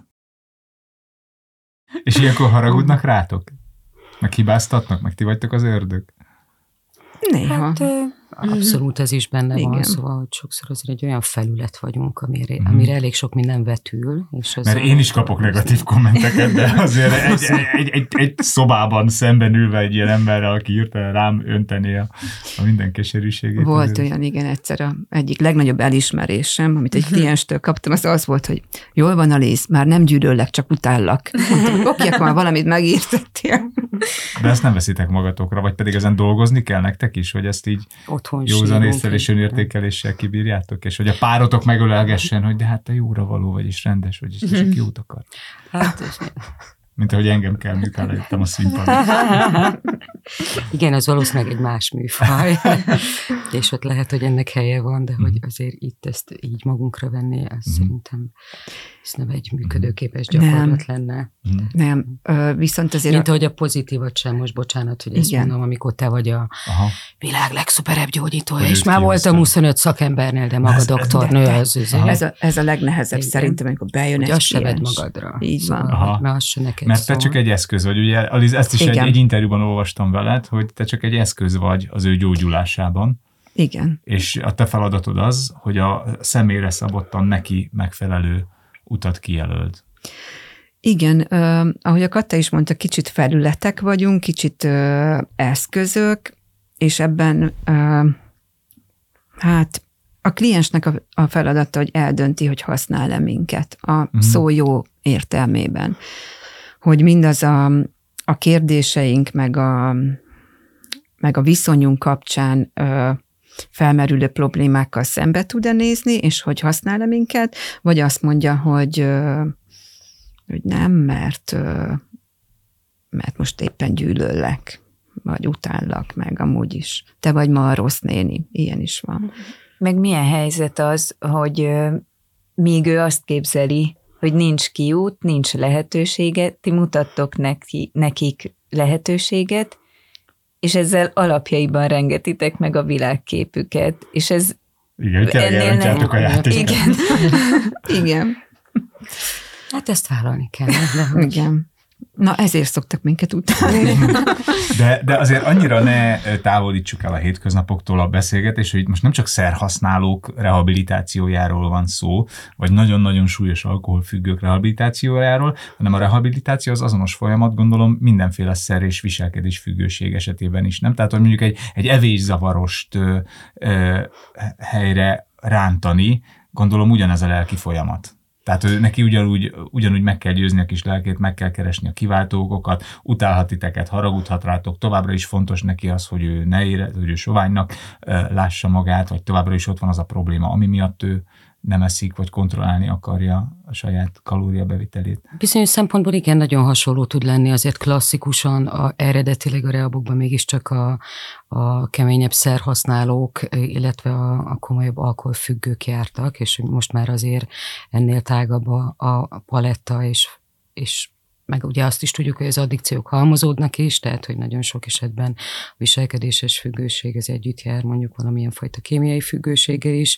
És ilyenkor haragudnak rátok? Meg hibáztatnak? Meg ti vagytok az ördög? Néha. Hát, abszolút ez is benne Igen. van, szóval, hogy sokszor azért egy olyan felület vagyunk, amire, mm. amire elég sok minden vetül. És az Mert én is kapok negatív kommenteket, de azért egy, egy, egy, egy szobában szemben ülve egy ilyen emberrel, aki írta rám önteni a, a minden keserűségét. Volt azért. olyan, igen, egyszer a egyik legnagyobb elismerésem, amit egy klienstől kaptam, az az volt, hogy jól van, Alice, már nem gyűlöllek, csak utállak. Mondtam, oké, akkor már valamit megírtettél. De ezt nem veszitek magatokra, vagy pedig ezen dolgozni kell nektek is, hogy ezt így józan észre és önértékeléssel kibírjátok, és hogy a párotok megölelgessen, hogy de hát te jóra való vagy, és rendes vagy, és te csak jót akar. Hát, mint ahogy engem kell, miután lejöttem a színpadra. Igen, az valószínűleg egy más műfaj, és ott lehet, hogy ennek helye van, de hogy azért itt ezt így magunkra venni, az mm. szerintem ez nem egy működőképes gyakorlat nem. lenne. Nem, viszont azért... Mint ahogy a pozitívat sem, most bocsánat, hogy ezt Igen. mondom, amikor te vagy a Aha. világ legszuperebb gyógyítója, és már kihoztam. voltam huszonöt szakembernél, de maga ez, doktornő az... Ez a, ez a legnehezebb Igen. szerintem, amikor bejön egy azt se vedd magadra. Így van. Szóval, mert az se neked Mert te szól. csak egy eszköz vagy, ugye, Alice, ezt is egy, egy interjúban olvastam veled, hogy te csak egy eszköz vagy az ő gyógyulásában. Igen. És a te feladatod az, hogy a személyre szabottan neki megfelelő utat kijelöld. Igen, uh, ahogy a Katta is mondta, kicsit felületek vagyunk, kicsit uh, eszközök, és ebben uh, hát a kliensnek a, a feladata, hogy eldönti, hogy használ-e minket a mm. szó jó értelmében. Hogy mindaz a, a kérdéseink, meg a, meg a viszonyunk kapcsán uh, felmerülő problémákkal szembe tud-e nézni, és hogy használ-e minket, vagy azt mondja, hogy, hogy nem, mert, mert most éppen gyűlöllek, vagy utállak meg amúgy is. Te vagy ma a rossz néni. Ilyen is van. Meg milyen helyzet az, hogy míg ő azt képzeli, hogy nincs kiút, nincs lehetősége, ti mutattok neki, nekik lehetőséget, és ezzel alapjaiban rengetitek meg a világképüket, és ez igen, ennél nem... a játékot. Igen. Igen. Hát ezt vállalni kell. De igen. Na, ezért szoktak minket utálni. De, de azért annyira ne távolítsuk el a hétköznapoktól a beszélgetést, hogy most nem csak szerhasználók rehabilitációjáról van szó, vagy nagyon-nagyon súlyos alkoholfüggők rehabilitációjáról, hanem a rehabilitáció az azonos folyamat, gondolom, mindenféle szer és viselkedés függőség esetében is, nem? Tehát, hogy mondjuk egy, egy evészavarost ö, ö, helyre rántani, gondolom ugyanez a lelki folyamat. Tehát neki ugyanúgy, ugyanúgy meg kell győzni a kis lelkét, meg kell keresni a kiváltó okokat, utálhat titeket, haragudhat rátok, továbbra is fontos neki az, hogy ő ne érez, hogy ő soványnak lássa magát, vagy továbbra is ott van az a probléma, ami miatt ő nem eszik, vagy kontrollálni akarja a saját kalóriabevitelét. Bizonyos szempontból igen, nagyon hasonló tud lenni, azért klasszikusan, a, eredetileg a rehabokban mégiscsak a, a keményebb szerhasználók, illetve a, a komolyabb alkoholfüggők jártak, és most már azért ennél tágabb a, a paletta, és, és meg ugye azt is tudjuk, hogy az addikciók halmozódnak is, tehát hogy nagyon sok esetben a viselkedéses függőség ez együtt jár mondjuk valamilyen fajta kémiai függőséggel is.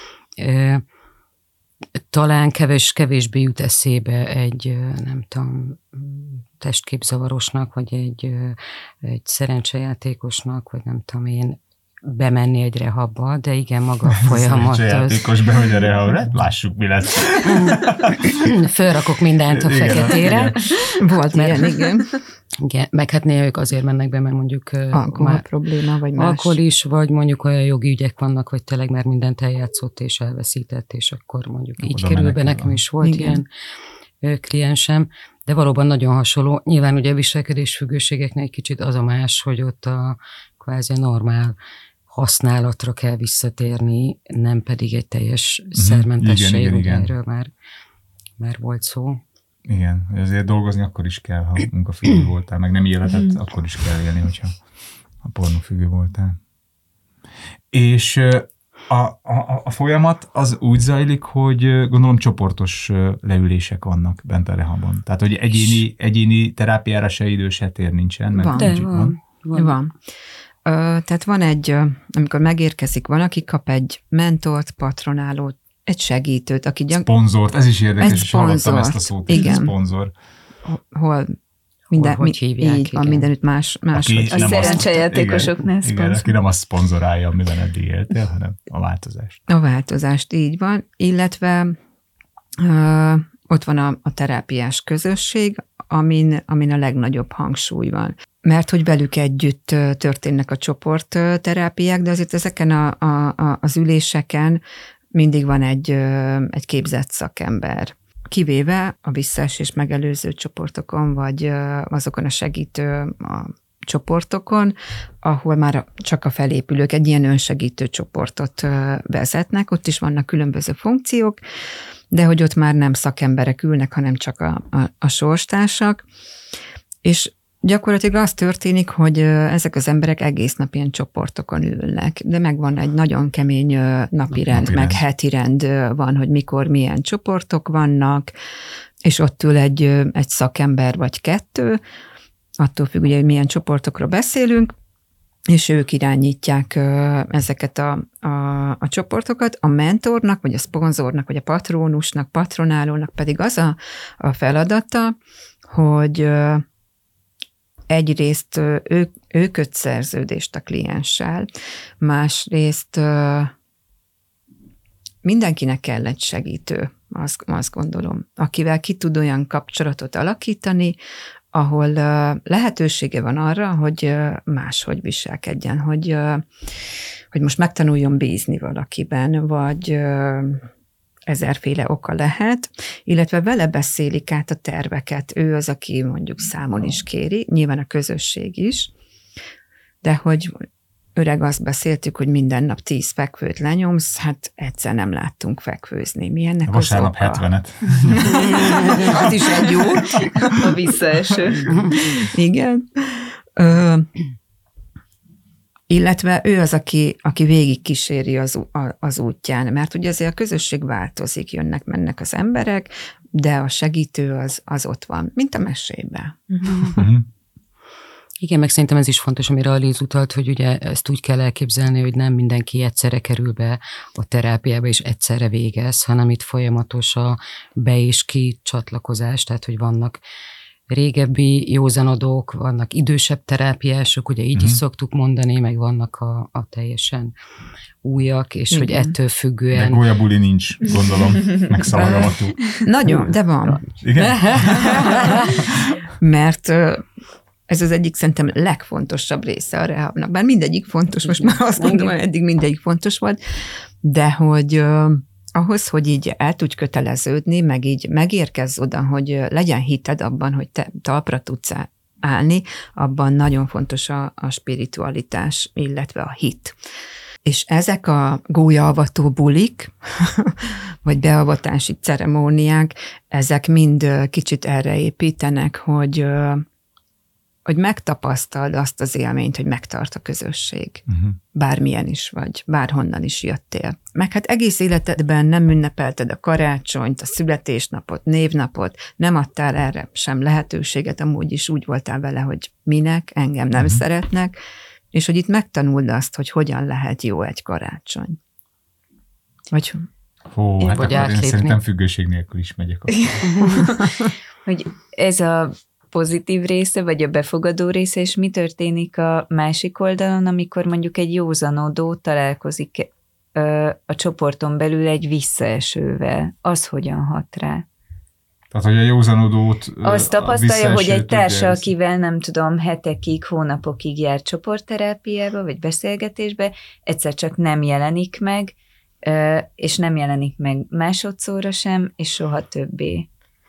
Talán kevés, kevésbé jut eszébe egy, nem tudom, testképzavarosnak, vagy egy, egy szerencsejátékosnak, vagy nem tudom én, bemenni egy rehabba, de igen, maga a folyamat. Szerencsejátékos bemegy a rehabra, lássuk, mi lesz. Fölrakok mindent a igen, feketére. Igen. Volt mert, ilyen, igen. Igen, meg hát néha ők azért mennek be, mert mondjuk alkohol probléma, vagy más. Alkohol is, vagy mondjuk olyan jogi ügyek vannak, hogy tényleg már mindent eljátszott és elveszített, és akkor mondjuk akkor így kerül be. Nekem is volt igen. ilyen kliensem, de valóban nagyon hasonló. Nyilván ugye a viselkedésfüggőségeknél egy kicsit az a más, hogy ott a kvázi normál használatra kell visszatérni, nem pedig egy teljes uh-huh. szermentesség, erről már, már volt szó. Igen, hogy azért dolgozni akkor is kell, ha munkafüggő voltál, meg nem életet, mm. akkor is kell élni, hogyha a pornófüggő voltál. És a, a, a folyamat az úgy zajlik, hogy gondolom csoportos leülések vannak bent a rehabon. Tehát, hogy egyéni, egyéni terápiára se idő, se tér nincsen. Meg van, nincs, van. van. van. van. Ö, tehát van egy, amikor megérkezik valaki, kap egy mentort, patronálót, egy segítőt, aki gyak... Szponzort, ez is érdekes, és hallottam ezt a szót, igen. Szponzor. Hol minden, Hol, hogy hívják, így van, mindenütt más. más a szerencsejátékosoknál szponzor. Igen, aki nem azt szponzorálja, amiben eddig éltél, hanem a változást. A változást, így van. Illetve ö, ott van a, a terápiás közösség, amin, amin a legnagyobb hangsúly van. Mert hogy velük együtt történnek a csoportterápiák, de azért ezeken a, a, a, az üléseken mindig van egy, egy képzett szakember. Kivéve a visszaesés megelőző csoportokon, vagy azokon a segítő a csoportokon, ahol már csak a felépülők egy ilyen önsegítő csoportot vezetnek, ott is vannak különböző funkciók, de hogy ott már nem szakemberek ülnek, hanem csak a, a, a sorstársak, és gyakorlatilag az történik, hogy ezek az emberek egész nap ilyen csoportokon ülnek, de megvan egy nagyon kemény napi rend, napi meg rend. heti rend van, hogy mikor milyen csoportok vannak, és ott ül egy, egy szakember vagy kettő, attól függ, ugye, hogy milyen csoportokról beszélünk, és ők irányítják ezeket a, a, a csoportokat. A mentornak, vagy a szponzornak, vagy a patrónusnak, patronálónak pedig az a, a feladata, hogy egyrészt ő, ő köt szerződést a klienssel, másrészt mindenkinek kell egy segítő, azt, azt gondolom, akivel ki tud olyan kapcsolatot alakítani, ahol lehetősége van arra, hogy máshogy viselkedjen, hogy, hogy most megtanuljon bízni valakiben, vagy ezerféle oka lehet, illetve vele beszélik át a terveket. Ő az, aki mondjuk számon is kéri, nyilván a közösség is, de hogy öreg azt beszéltük, hogy minden nap tíz fekvőt lenyomsz, hát egyszer nem láttunk fekvőzni. Mi ennek az vasárnap oka? hetvenet. Az is egy jó. A visszaeső. Igen. Ö, illetve ő az, aki, aki végig kíséri az, az útján, mert ugye azért a közösség változik, jönnek, mennek az emberek, de a segítő az, az ott van, mint a mesében. Uh-huh. Igen, meg szerintem ez is fontos, amire Aliz utalt, hogy ugye ezt úgy kell elképzelni, hogy nem mindenki egyszerre kerül be a terápiába, és egyszerre végez, hanem itt folyamatos a be- és ki csatlakozás, tehát hogy vannak régebbi józanodók, vannak idősebb terápiások, ugye így mm. is szoktuk mondani, meg vannak a, a teljesen újak, és igen. hogy ettől függően... De gólyabuli nincs, gondolom, megszalagavatú. Nagyon, de van. Igen? Mert ez az egyik szerintem legfontosabb része a rehabnak. Bár mindegyik fontos, most már azt mondom, hogy eddig mindegyik fontos volt, de hogy... ahhoz, hogy így el tudj köteleződni, meg így megérkezz oda, hogy legyen hited abban, hogy te talpra tudsz állni, abban nagyon fontos a, a spiritualitás, illetve a hit. És ezek a gólyavató bulik, vagy beavatási ceremóniák, ezek mind kicsit erre építenek, hogy, hogy megtapasztald azt az élményt, hogy megtart a közösség. Uh-huh. Bármilyen is vagy, bárhonnan is jöttél. Meg hát egész életedben nem ünnepelted a karácsonyt, a születésnapot, névnapot, nem adtál erre sem lehetőséget, amúgy is úgy voltál vele, hogy minek, engem nem uh-huh. szeretnek, és hogy itt megtanuld azt, hogy hogyan lehet jó egy karácsony. Vagy... Hó, hát akkor én szerintem függőség nélkül is megyek. Hogy ez a pozitív része, vagy a befogadó része, és mi történik a másik oldalon, amikor mondjuk egy józanodó találkozik ö, a csoporton belül egy visszaesővel. Az hogyan hat rá? Tehát, hogy a józanodót... Azt tapasztalja, hogy egy társa, akivel nem tudom, hetekig, hónapokig jár csoportterápiába, vagy beszélgetésbe, egyszer csak nem jelenik meg, ö, és nem jelenik meg másodszorra sem, és soha többé.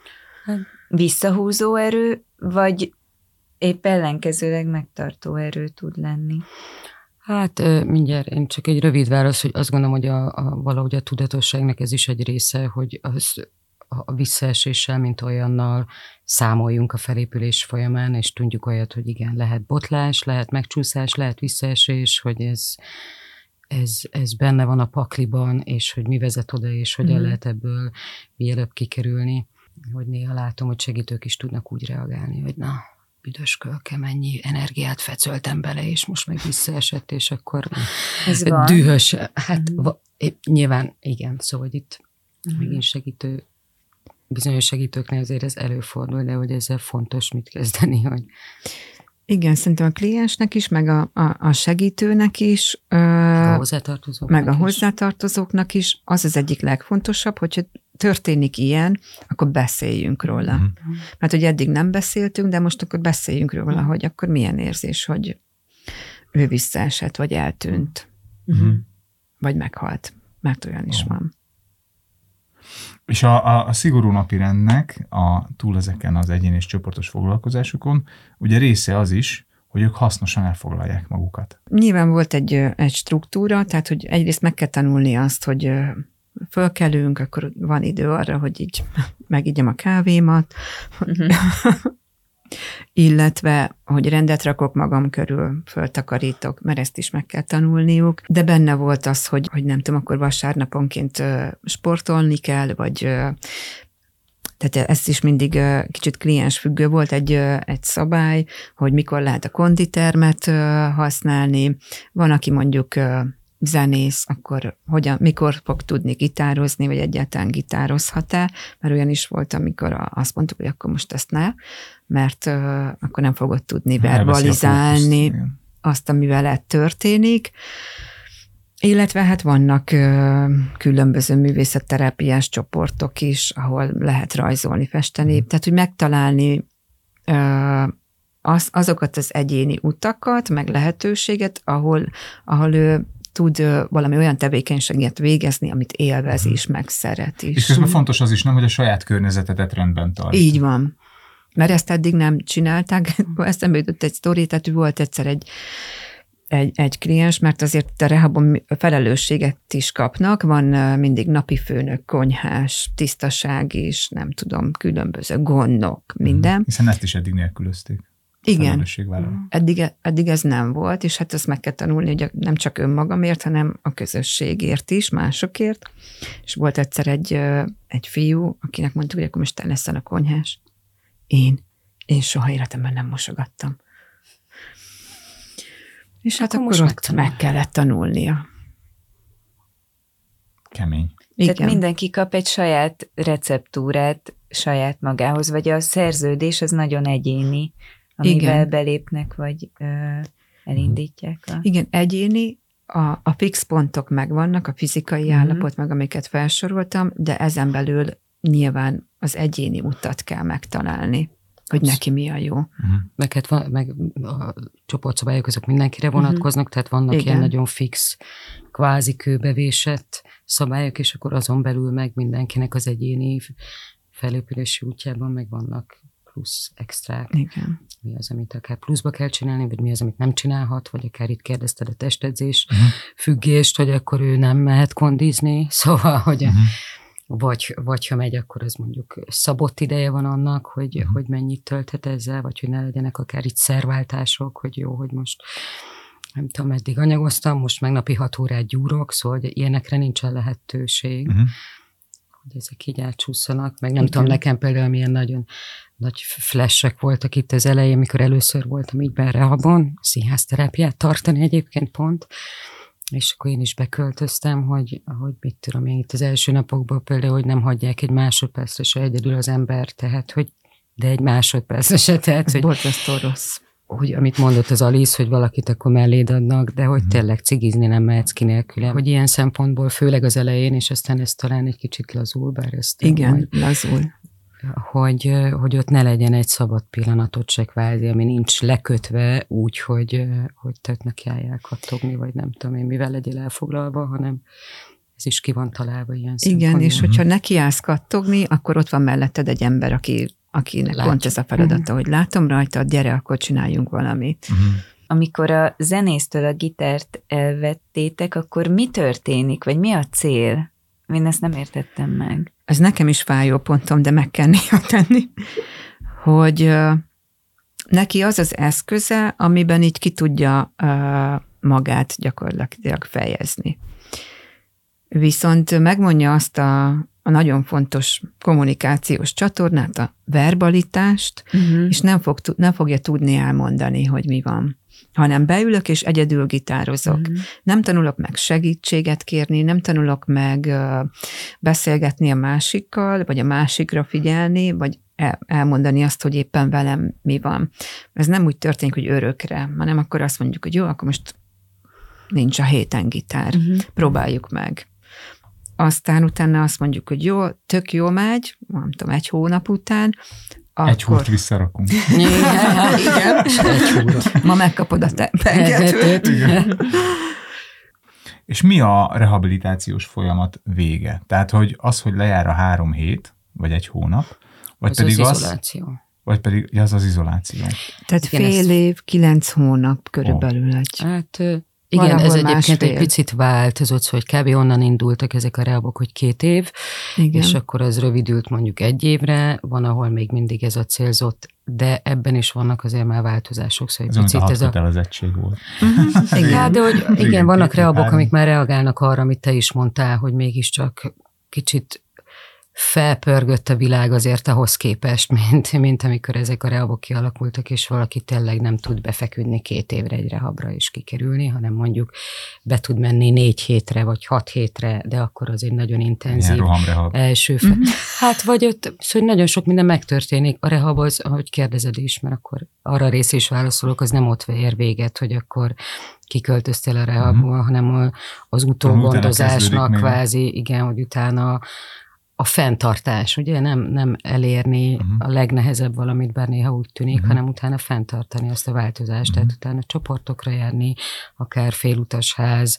Visszahúzó erő, vagy épp ellenkezőleg megtartó erő tud lenni? Hát mindjárt én csak egy rövid válasz, hogy azt gondolom, hogy a, a, valahogy a tudatosságnak ez is egy része, hogy az, a visszaeséssel, mint olyannal számoljunk a felépülés folyamán, és tudjuk olyat, hogy igen, lehet botlás, lehet megcsúszás, lehet visszaesés, hogy ez, ez, ez benne van a pakliban, és hogy mi vezet oda, és hogyan mm. lehet ebből mielőbb kikerülni. Hogy néha látom, hogy segítők is tudnak úgy reagálni, hogy na, büdös kölke, mennyi energiát fecöltem bele, és most meg visszaesett, és akkor ez dühös. Hát mm. va, nyilván igen, szóval itt mm. megint segítő, bizonyos segítőknél azért ez előfordul, de hogy ezzel fontos mit kezdeni, hogy... Igen, szerintem a kliensnek is, meg a, a, a segítőnek is, meg a hozzátartozóknak, meg a hozzátartozóknak is, az az egyik legfontosabb, hogyha történik ilyen, akkor beszéljünk róla. Mm. Mert hogy eddig nem beszéltünk, de most akkor beszéljünk róla, mm. hogy akkor milyen érzés, hogy ő visszaesett, vagy eltűnt, mm. vagy meghalt, mert olyan is oh. van. És a, a, a szigorú napirendnek a, túl ezeken az egyéni és csoportos foglalkozásokon, ugye része az is, hogy ők hasznosan elfoglalják magukat. Nyilván volt egy, egy struktúra, tehát hogy egyrészt meg kell tanulni azt, hogy fölkelünk, akkor van idő arra, hogy így megigyem a kávémat, uh-huh. illetve, hogy rendet rakok magam körül, föltakarítok, mert ezt is meg kell tanulniuk, de benne volt az, hogy, hogy nem tudom, akkor vasárnaponként sportolni kell, vagy tehát ez is mindig kicsit kliensfüggő volt, egy, egy szabály, hogy mikor lehet a konditermet használni, van, aki mondjuk zenész, akkor hogyan, mikor fog tudni gitározni, vagy egyáltalán gitározhat-e, mert olyan is volt, amikor azt mondtuk, hogy akkor most ezt ne, mert uh, akkor nem fogod tudni verbalizálni fókusz, azt, ami veled történik. Illetve hát vannak uh, különböző művészetterápiás csoportok is, ahol lehet rajzolni, festeni, mm. tehát hogy megtalálni uh, az, azokat az egyéni utakat, meg lehetőséget, ahol, ahol ő tud valami olyan tevékenységet végezni, amit élvez is, meg szeret is. És közben fontos az is, nem, hogy a saját környezetedet rendben tartja. Így van. Mert ezt eddig nem csinálták. Eszembe jutott egy sztori, tehát volt egyszer egy, egy, egy kliens, mert azért a rehabon felelősséget is kapnak, van mindig napi főnök, konyhás, tisztaság is, nem tudom, különböző gondok, minden. Mm, hiszen ezt is eddig nélkülözték. Igen, eddig, eddig ez nem volt, és hát ezt meg kell tanulni, hogy nem csak önmagamért, hanem a közösségért is, másokért. És volt egyszer egy, egy fiú, akinek mondtuk, hogy akkor most te leszel a konyhás. Én, én soha életemben nem mosogattam. És hát akkor, akkor ott meg kellett tanulnia. Kemény. Igen. Tehát mindenki kap egy saját receptúrát saját magához, vagy a szerződés az nagyon egyéni, amivel igen. belépnek, vagy ö, elindítják. A... Igen, egyéni, a, a fix pontok megvannak, a fizikai uh-huh. állapot, meg amiket felsoroltam, de ezen belül nyilván az egyéni utat kell megtalálni, hogy Absz. neki mi a jó. Uh-huh. Meg, hát van, meg a csoportszabályok azok mindenkire vonatkoznak, uh-huh. tehát vannak igen. ilyen nagyon fix, kvázi kőbevésett szabályok, és akkor azon belül meg mindenkinek az egyéni felépülési útjában meg vannak plusz extrák. Igen. Mi az, amit akár pluszba kell csinálni, vagy mi az, amit nem csinálhat, vagy akár itt kérdezted a testedzés uh-huh. függést, hogy akkor ő nem mehet kondizni, szóval, hogy uh-huh. vagy, vagy ha megy, akkor az mondjuk szabott ideje van annak, hogy, uh-huh. hogy mennyit tölthet ezzel, vagy hogy ne legyenek akár itt szerváltások, hogy jó, hogy most nem tudom, eddig anyagoztam, most meg napi hat órát gyúrok, szóval hogy ilyenekre nincsen lehetőség. Uh-huh. hogy ezek így átcsúszanak, meg nem igen. tudom, nekem például milyen nagyon nagy flashek voltak itt az elején, mikor először voltam így be rehabon, színházterápiát tartani egyébként pont, és akkor én is beköltöztem, hogy, hogy mit tudom én itt az első napokban például, hogy nem hagyják egy másodpercre se egyedül az ember, tehát, hogy de egy másodpercre se, tehát, hogy borzasztó rossz. Hogy amit mondott az Alice, hogy valakit akkor melléd adnak, de hogy tényleg cigizni nem mehetsz ki nélküle. Hogy ilyen szempontból, főleg az elején, és aztán ez talán egy kicsit lazul, bár ezt... Igen, majd, lazul. Hogy, hogy ott ne legyen egy szabad pillanatot se kvázi, ami nincs lekötve úgy, hogy, hogy tök nekiálljál kattogni, vagy nem tudom én, mivel legyél elfoglalva, hanem ez is ki van találva ilyen szempontból. Igen, és hogyha nekiállsz kattogni, akkor ott van melletted egy ember, aki akinek Látjuk. pont ez a feladata, uh-huh. hogy látom rajta, gyere, akkor csináljunk valamit. Uh-huh. Amikor a zenésztől a gitárt elvettétek, akkor mi történik, vagy mi a cél? Én ezt nem értettem meg. Ez nekem is fájó pontom, de meg kell néha tenni, hogy uh, neki az az eszköze, amiben így ki tudja uh, magát gyakorlatilag fejezni. Viszont megmondja azt a a nagyon fontos kommunikációs csatornát, a verbalitást, uh-huh. és nem, fog, nem fogja tudni elmondani, hogy mi van. Hanem beülök, és egyedül gitározok. Uh-huh. Nem tanulok meg segítséget kérni, nem tanulok meg uh, beszélgetni a másikkal, vagy a másikra figyelni, vagy el, elmondani azt, hogy éppen velem mi van. Ez nem úgy történik, hogy örökre, hanem akkor azt mondjuk, hogy jó, akkor most nincs a héten gitár. Uh-huh. Próbáljuk meg. Aztán utána azt mondjuk, hogy jó, tök jó megy, nem tudom, egy hónap után. Egy hót visszarakunk. Igen, igen. Ma megkapod a te pengetőt. És mi a rehabilitációs folyamat vége? Tehát, hogy az, hogy lejár a három hét, vagy egy hónap, vagy az pedig az az... izoláció. Vagy pedig ja, az az izoláció. Tehát igen, fél év, kilenc hónap körülbelül oh. egy. Hát... Igen, valahol ez egyébként másfél. Egy picit változott, hogy kb. Onnan indultak ezek a rehabok, hogy két év, igen. és akkor az rövidült mondjuk egy évre, van, ahol még mindig ez a célzott, de ebben is vannak azért már változások. Szóval ez picit ez a kötelezettség volt. igen, igen, de hogy igen, igen vannak rehabok, amik már reagálnak arra, amit te is mondtál, hogy mégiscsak kicsit felpörgött a világ azért ahhoz képest, mint, mint amikor ezek a rehabok kialakultak, és valaki tényleg nem tud befeküdni két évre egy rehabra és kikerülni, hanem mondjuk be tud menni négy hétre, vagy hat hétre, de akkor az egy nagyon intenzív első fel. Mm-hmm. Hát vagy ott, szóval nagyon sok minden megtörténik. A rehab az, ahogy kérdezed is, mert akkor arra rész is válaszolok, az nem ott ér véget, hogy akkor kiköltöztél a rehabból, mm-hmm. hanem az utógondozásnak kvázi, igen, hogy utána a fenntartás, ugye nem, nem elérni uh-huh. a legnehezebb valamit, bár néha úgy tűnik, uh-huh. hanem utána fenntartani azt a változást, uh-huh. tehát utána csoportokra járni, akár félutasház,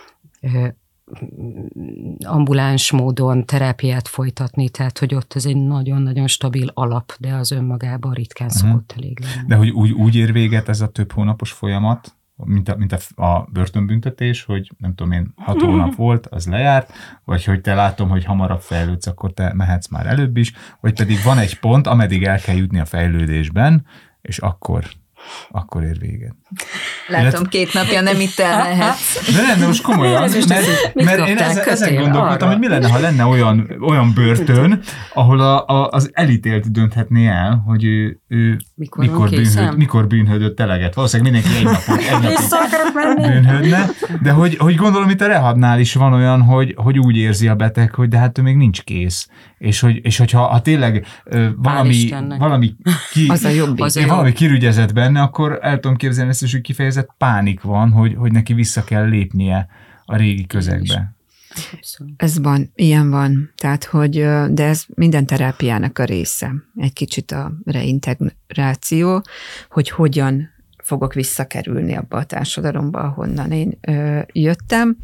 ambuláns módon terápiát folytatni, tehát hogy ott ez egy nagyon-nagyon stabil alap, de az önmagában ritkán uh-huh. szokott elég lenni. De hogy úgy, úgy ér véget ez a több hónapos folyamat, mint a, mint a, a börtönbüntetés, hogy nem tudom én, hat hónap volt, az lejárt, vagy hogy te látom, hogy hamarabb fejlődsz, akkor te mehetsz már előbb is, vagy pedig van egy pont, ameddig el kell jutni a fejlődésben, és akkor, akkor ér véget. Látom, Illetve... két napja nem itt elmehetsz. De nem, de most komolyan, mert, mert én ezen, ezen gondolkodtam, hogy mi lenne, ha lenne olyan, olyan börtön, ahol a, a, az elítélt dönthetné el, hogy ő, ő mikor, mikor, bűnhöd, mikor bűnhődött eleget. Valószínűleg mindenki egy napot, egy napot bűnhődne, de hogy, hogy gondolom, itt a rehabnál is van olyan, hogy, hogy úgy érzi a beteg, hogy de hát ő még nincs kész. És, hogy, és hogyha ha tényleg uh, valami, valami, ki, az a jobb, az a valami kirügyezett benne, akkor el tudom képzelni ezt is, hogy kifejezett pánik van, hogy, hogy neki vissza kell lépnie a régi közegbe. Ez van, ilyen van. Tehát, hogy, de ez minden terápiának a része. Egy kicsit a reintegráció, hogy hogyan fogok visszakerülni abba a társadalomba, ahonnan én ö, jöttem.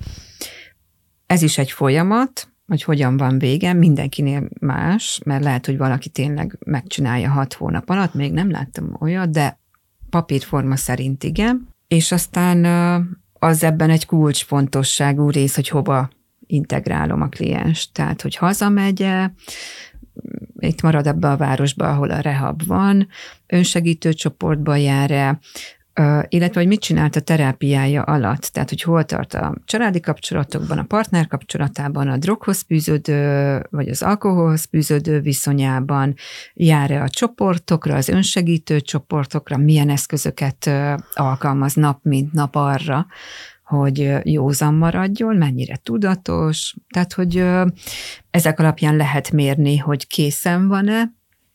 Ez is egy folyamat, hogy hogyan van vége, mindenkinél más, mert lehet, hogy valaki tényleg megcsinálja hat hónap alatt, még nem láttam olyat, de papírforma szerint igen, és aztán az ebben egy kulcsfontosságú rész, hogy hova integrálom a klienst, tehát, hogy hazamegy-e, itt marad ebbe a városba, ahol a rehab van, önsegítő csoportba jár-e, illetve, hogy mit csinált a terápiája alatt, tehát, hogy hol tart a családi kapcsolatokban, a partner kapcsolatában, a droghoz fűződő, vagy az alkoholhoz fűződő viszonyában, jár-e a csoportokra, az önsegítő csoportokra, milyen eszközöket alkalmaz nap, mint nap arra, hogy józan maradjon, mennyire tudatos, tehát, hogy ezek alapján lehet mérni, hogy készen van-e,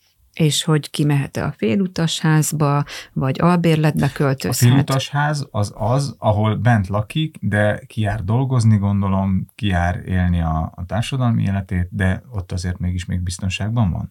és hogy kimehet-e a félutasházba, vagy albérletbe költözhet. A félutasház az az, ahol bent lakik, de ki jár dolgozni, gondolom, ki jár élni a, a társadalmi életét, de ott azért mégis még biztonságban van?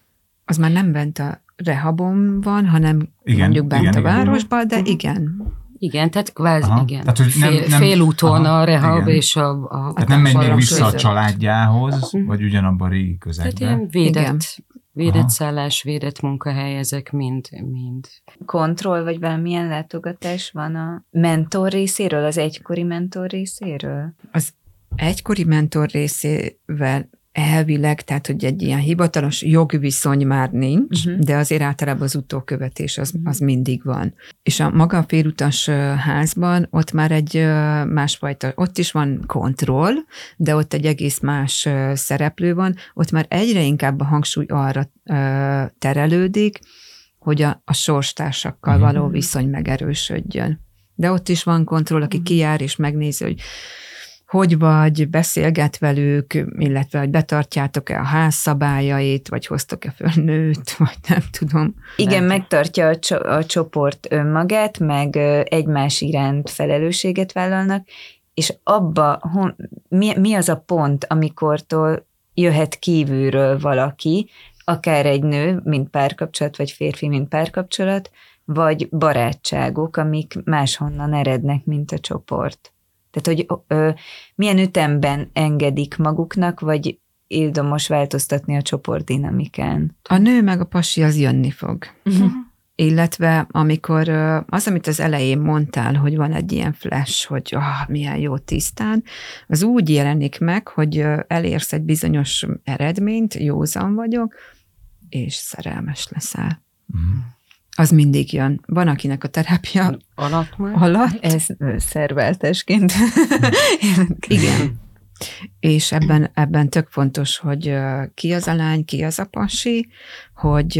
Az már nem bent a rehabon van, hanem igen, mondjuk bent igen, a városban, de igen. Igen, tehát kvázi, aha, igen. Tehát, hogy nem, Fél, nem, félúton aha, a rehab igen. és a... a tehát nem megy még vissza között. a családjához, uh-huh. vagy ugyanabban a régi közegben. Tehát ilyen védett, igen. védett aha. szállás, védett munkahely, ezek mind, mind. Kontroll, vagy valamilyen látogatás van a mentor részéről, az egykori mentor részéről? Az egykori mentor részével elvileg, tehát, hogy egy ilyen hivatalos jogviszony már nincs, uh-huh. de azért általában az utókövetés az, az mindig van. És a maga a félutas házban ott már egy másfajta, ott is van kontroll, de ott egy egész más szereplő van, ott már egyre inkább a hangsúly arra terelődik, hogy a, a sorstársakkal uh-huh. való viszony megerősödjön. De ott is van kontroll, aki uh-huh. kijár és megnézi, hogy hogy vagy, beszélget velük, illetve, hogy betartjátok-e a ház szabályait, vagy hoztok-e föl nőt, vagy nem tudom. Igen, megtartja a, cso- a csoport önmagát, meg egymás iránt felelősséget vállalnak, és abba, hon, mi, mi az a pont, amikortól jöhet kívülről valaki, akár egy nő, mint párkapcsolat, vagy férfi, mint párkapcsolat, vagy barátságok, amik máshonnan erednek, mint a csoport. Tehát, hogy ö, milyen ütemben engedik maguknak, vagy ildomos változtatni a csoport dinamikán? A nő meg a pasi az jönni fog. Uh-huh. Illetve amikor az, amit az elején mondtál, hogy van egy ilyen flash, hogy oh, milyen jó tisztán, az úgy jelenik meg, hogy elérsz egy bizonyos eredményt, józan vagyok, és szerelmes leszel. Uh-huh. Az mindig jön. Van, akinek a terápia alatt már. Alatt. Ez szerváltásként. Igen. És ebben, ebben tök fontos, hogy ki az a lány, ki az a pasi, hogy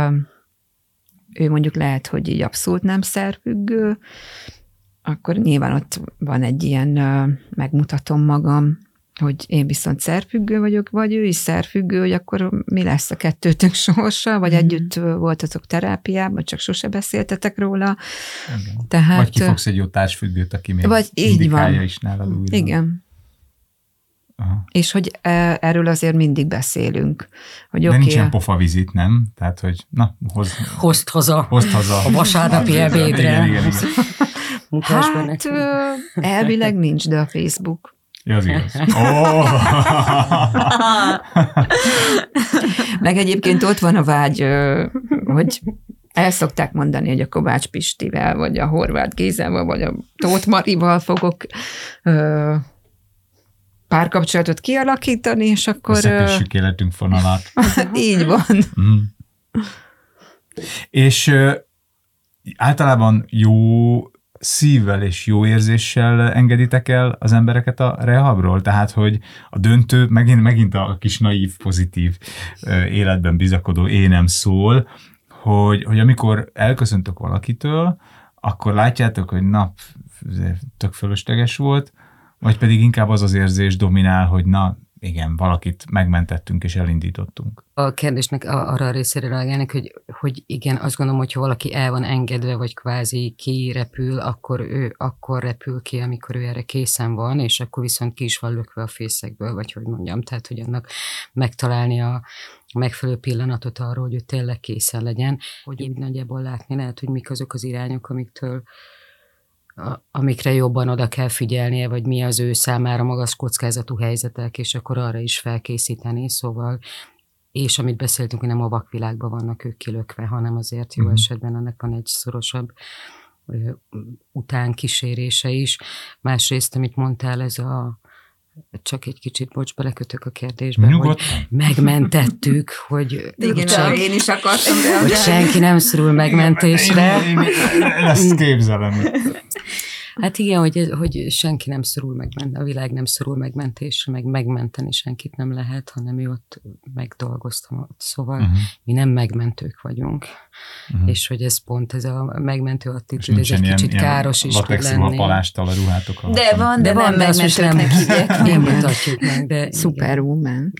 ő mondjuk lehet, hogy így abszolút nem szerfüggő, akkor nyilván ott van egy ilyen megmutatom magam, hogy én viszont szerfüggő vagyok, vagy ő is szerfüggő, hogy akkor mi lesz a kettőtök sorsa, vagy mm. együtt voltatok terápiában, csak sose beszéltetek róla. Tehát, vagy kifogsz egy jó társfüggőt, aki még vagy indikálja is nálad újra. Igen. Aha. És hogy erről azért mindig beszélünk. Hogy de okay, nincs ilyen pofavizit, nem? Tehát, hogy na, hoz, hozd haza. Hozd haza. A vasárnapi ebédre. Igen, igen, igen. Hát elvileg nincs, de a Facebook. Ja, az igaz. Oh! Meg egyébként ott van a vágy, hogy El szokták mondani, hogy a Kovács Pistivel, vagy a Horváth Gézával, vagy a Tóth Marival fogok ö, párkapcsolatot kialakítani, és akkor... Összekössük életünk fonalát. Így van. Mm. És ö, általában jó szívvel és jó érzéssel engeditek el az embereket a rehabról? Tehát, hogy a döntő, megint, megint a kis naív, pozitív életben bizakodó énem szól, hogy, hogy amikor elköszöntök valakitől, akkor látjátok, hogy na, tök fölösleges volt, vagy pedig inkább az az érzés dominál, hogy na, igen, valakit megmentettünk és elindítottunk. A kérdésnek arra a részére reagálnék, hogy, hogy igen, azt gondolom, hogyha valaki el van engedve, vagy kvázi kirepül, akkor ő akkor repül ki, amikor ő erre készen van, és akkor viszont ki is van lökve a fészekből, vagy hogy mondjam, tehát, hogy annak megtalálni a megfelelő pillanatot arról, hogy ő tényleg készen legyen, hogy úgy nagyjából látni lehet, hogy mik azok az irányok, amiktől amikre jobban oda kell figyelnie, vagy mi az ő számára magas kockázatú helyzetek, és akkor arra is felkészíteni, szóval, és amit beszéltünk, hogy nem a vakvilágban vannak ők kilökve, hanem azért jó mm. esetben ennek van egy szorosabb ö, utánkísérése is. Másrészt, amit mondtál, ez a csak egy kicsit, bocs, belekötök a kérdésbe, Nyugodt. hogy megmentettük, hogy, igen, sen, én is akartam hogy senki nem szorul megmentésre. Én, én, én, én ezt képzelem. Hát igen, hogy, hogy senki nem szorul megmentésre, a világ nem szorul megmentésre, meg megmenteni senkit nem lehet, hanem mi ott megdolgoztam. Szóval uh-huh. mi nem megmentők vagyunk. Uh-huh. És hogy ez pont, ez a megmentő attitűd, ez egy kicsit ilyen, káros is tud lenni. Palásttal a ruhátok alatt. De van, de, de van, nem megmentőknek hívják. Nem mutatjuk meg, de... Superwoman.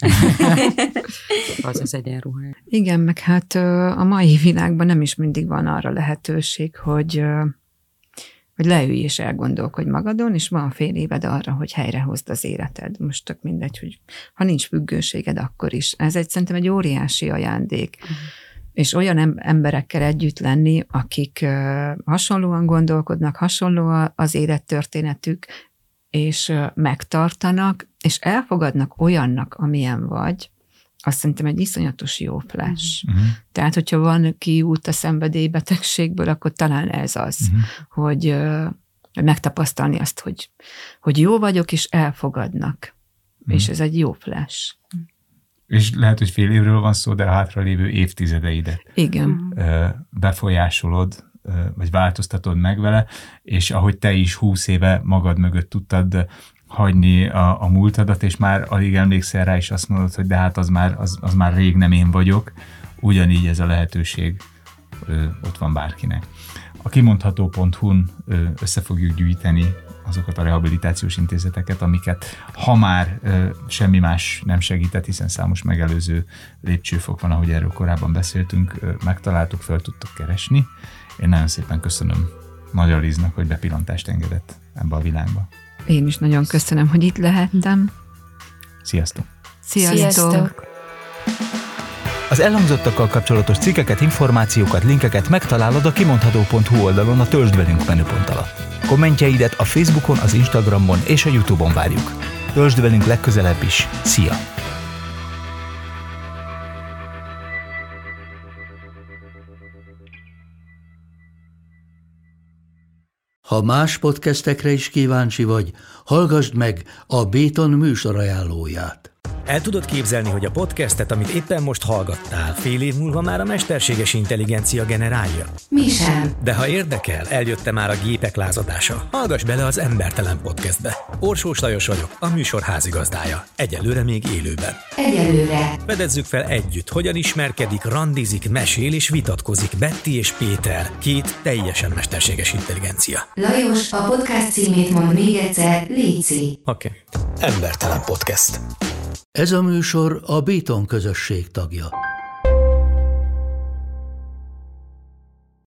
Az az egyenruha. Igen, meg hát a mai világban nem is mindig van arra lehetőség, hogy hogy leülj és elgondolkodj magadon, és van fél éved arra, hogy helyrehozd az életed. Most tök mindegy, hogy ha nincs függőséged, akkor is. Ez egy szerintem egy óriási ajándék. Uh-huh. És olyan emberekkel együtt lenni, akik uh, hasonlóan gondolkodnak, hasonló az élettörténetük, és uh, megtartanak, és elfogadnak olyannak, amilyen vagy, azt szerintem egy iszonyatos jó flash. Uh-huh. Tehát, hogyha van kiút a szenvedélybetegségből, akkor talán ez az, uh-huh. hogy, hogy megtapasztalni azt, hogy, hogy jó vagyok, és elfogadnak. Uh-huh. És ez egy jó flash. És lehet, hogy fél évről van szó, de a hátralévő évtizedeidet igen. befolyásolod, vagy változtatod meg vele, és ahogy te is húsz éve magad mögött tudtad hagyni a, a múltadat, és már alig emlékszel rá, és azt mondod, hogy de hát az már, az, az már rég nem én vagyok, ugyanígy ez a lehetőség ö, ott van bárkinek. A kimondható pont hu-n ö, össze fogjuk gyűjteni azokat a rehabilitációs intézeteket, amiket ha már ö, semmi más nem segített, hiszen számos megelőző lépcsőfok van, ahogy erről korábban beszéltünk, ö, megtaláltuk, fel tudtok keresni. Én nagyon szépen köszönöm Magyar Liznak, hogy bepillantást engedett ebbe a világba. Én is nagyon köszönöm, hogy itt lehettem. Sziasztok! Sziasztok! Sziasztok. Az elhangzottakkal kapcsolatos cikkeket, információkat, linkeket megtalálod a kimondható pont hu oldalon a Töltsd velünk menüpont alatt. Kommentjeidet a Facebookon, az Instagramon és a YouTube-on várjuk. Töltsd velünk legközelebb is. Szia! Ha más podcastekre is kíváncsi vagy, hallgassd meg a Béton műsor ajánlóját. El tudod képzelni, hogy a podcastet, amit éppen most hallgattál, fél év múlva már a mesterséges intelligencia generálja? Mi sem. De ha érdekel, eljötte már a gépek lázadása. Hallgass bele az Embertelen podcastbe. Orsós Lajos vagyok, a műsor házigazdája. Egyelőre még élőben. Egyelőre. Fedezzük fel együtt, hogyan ismerkedik, randizik, mesél és vitatkozik Betty és Péter, két teljesen mesterséges intelligencia. Lajos, a podcast címét mond még egyszer, léci. Oké. Okay. Embertelen podcast. Ez a műsor a Béton közösség tagja.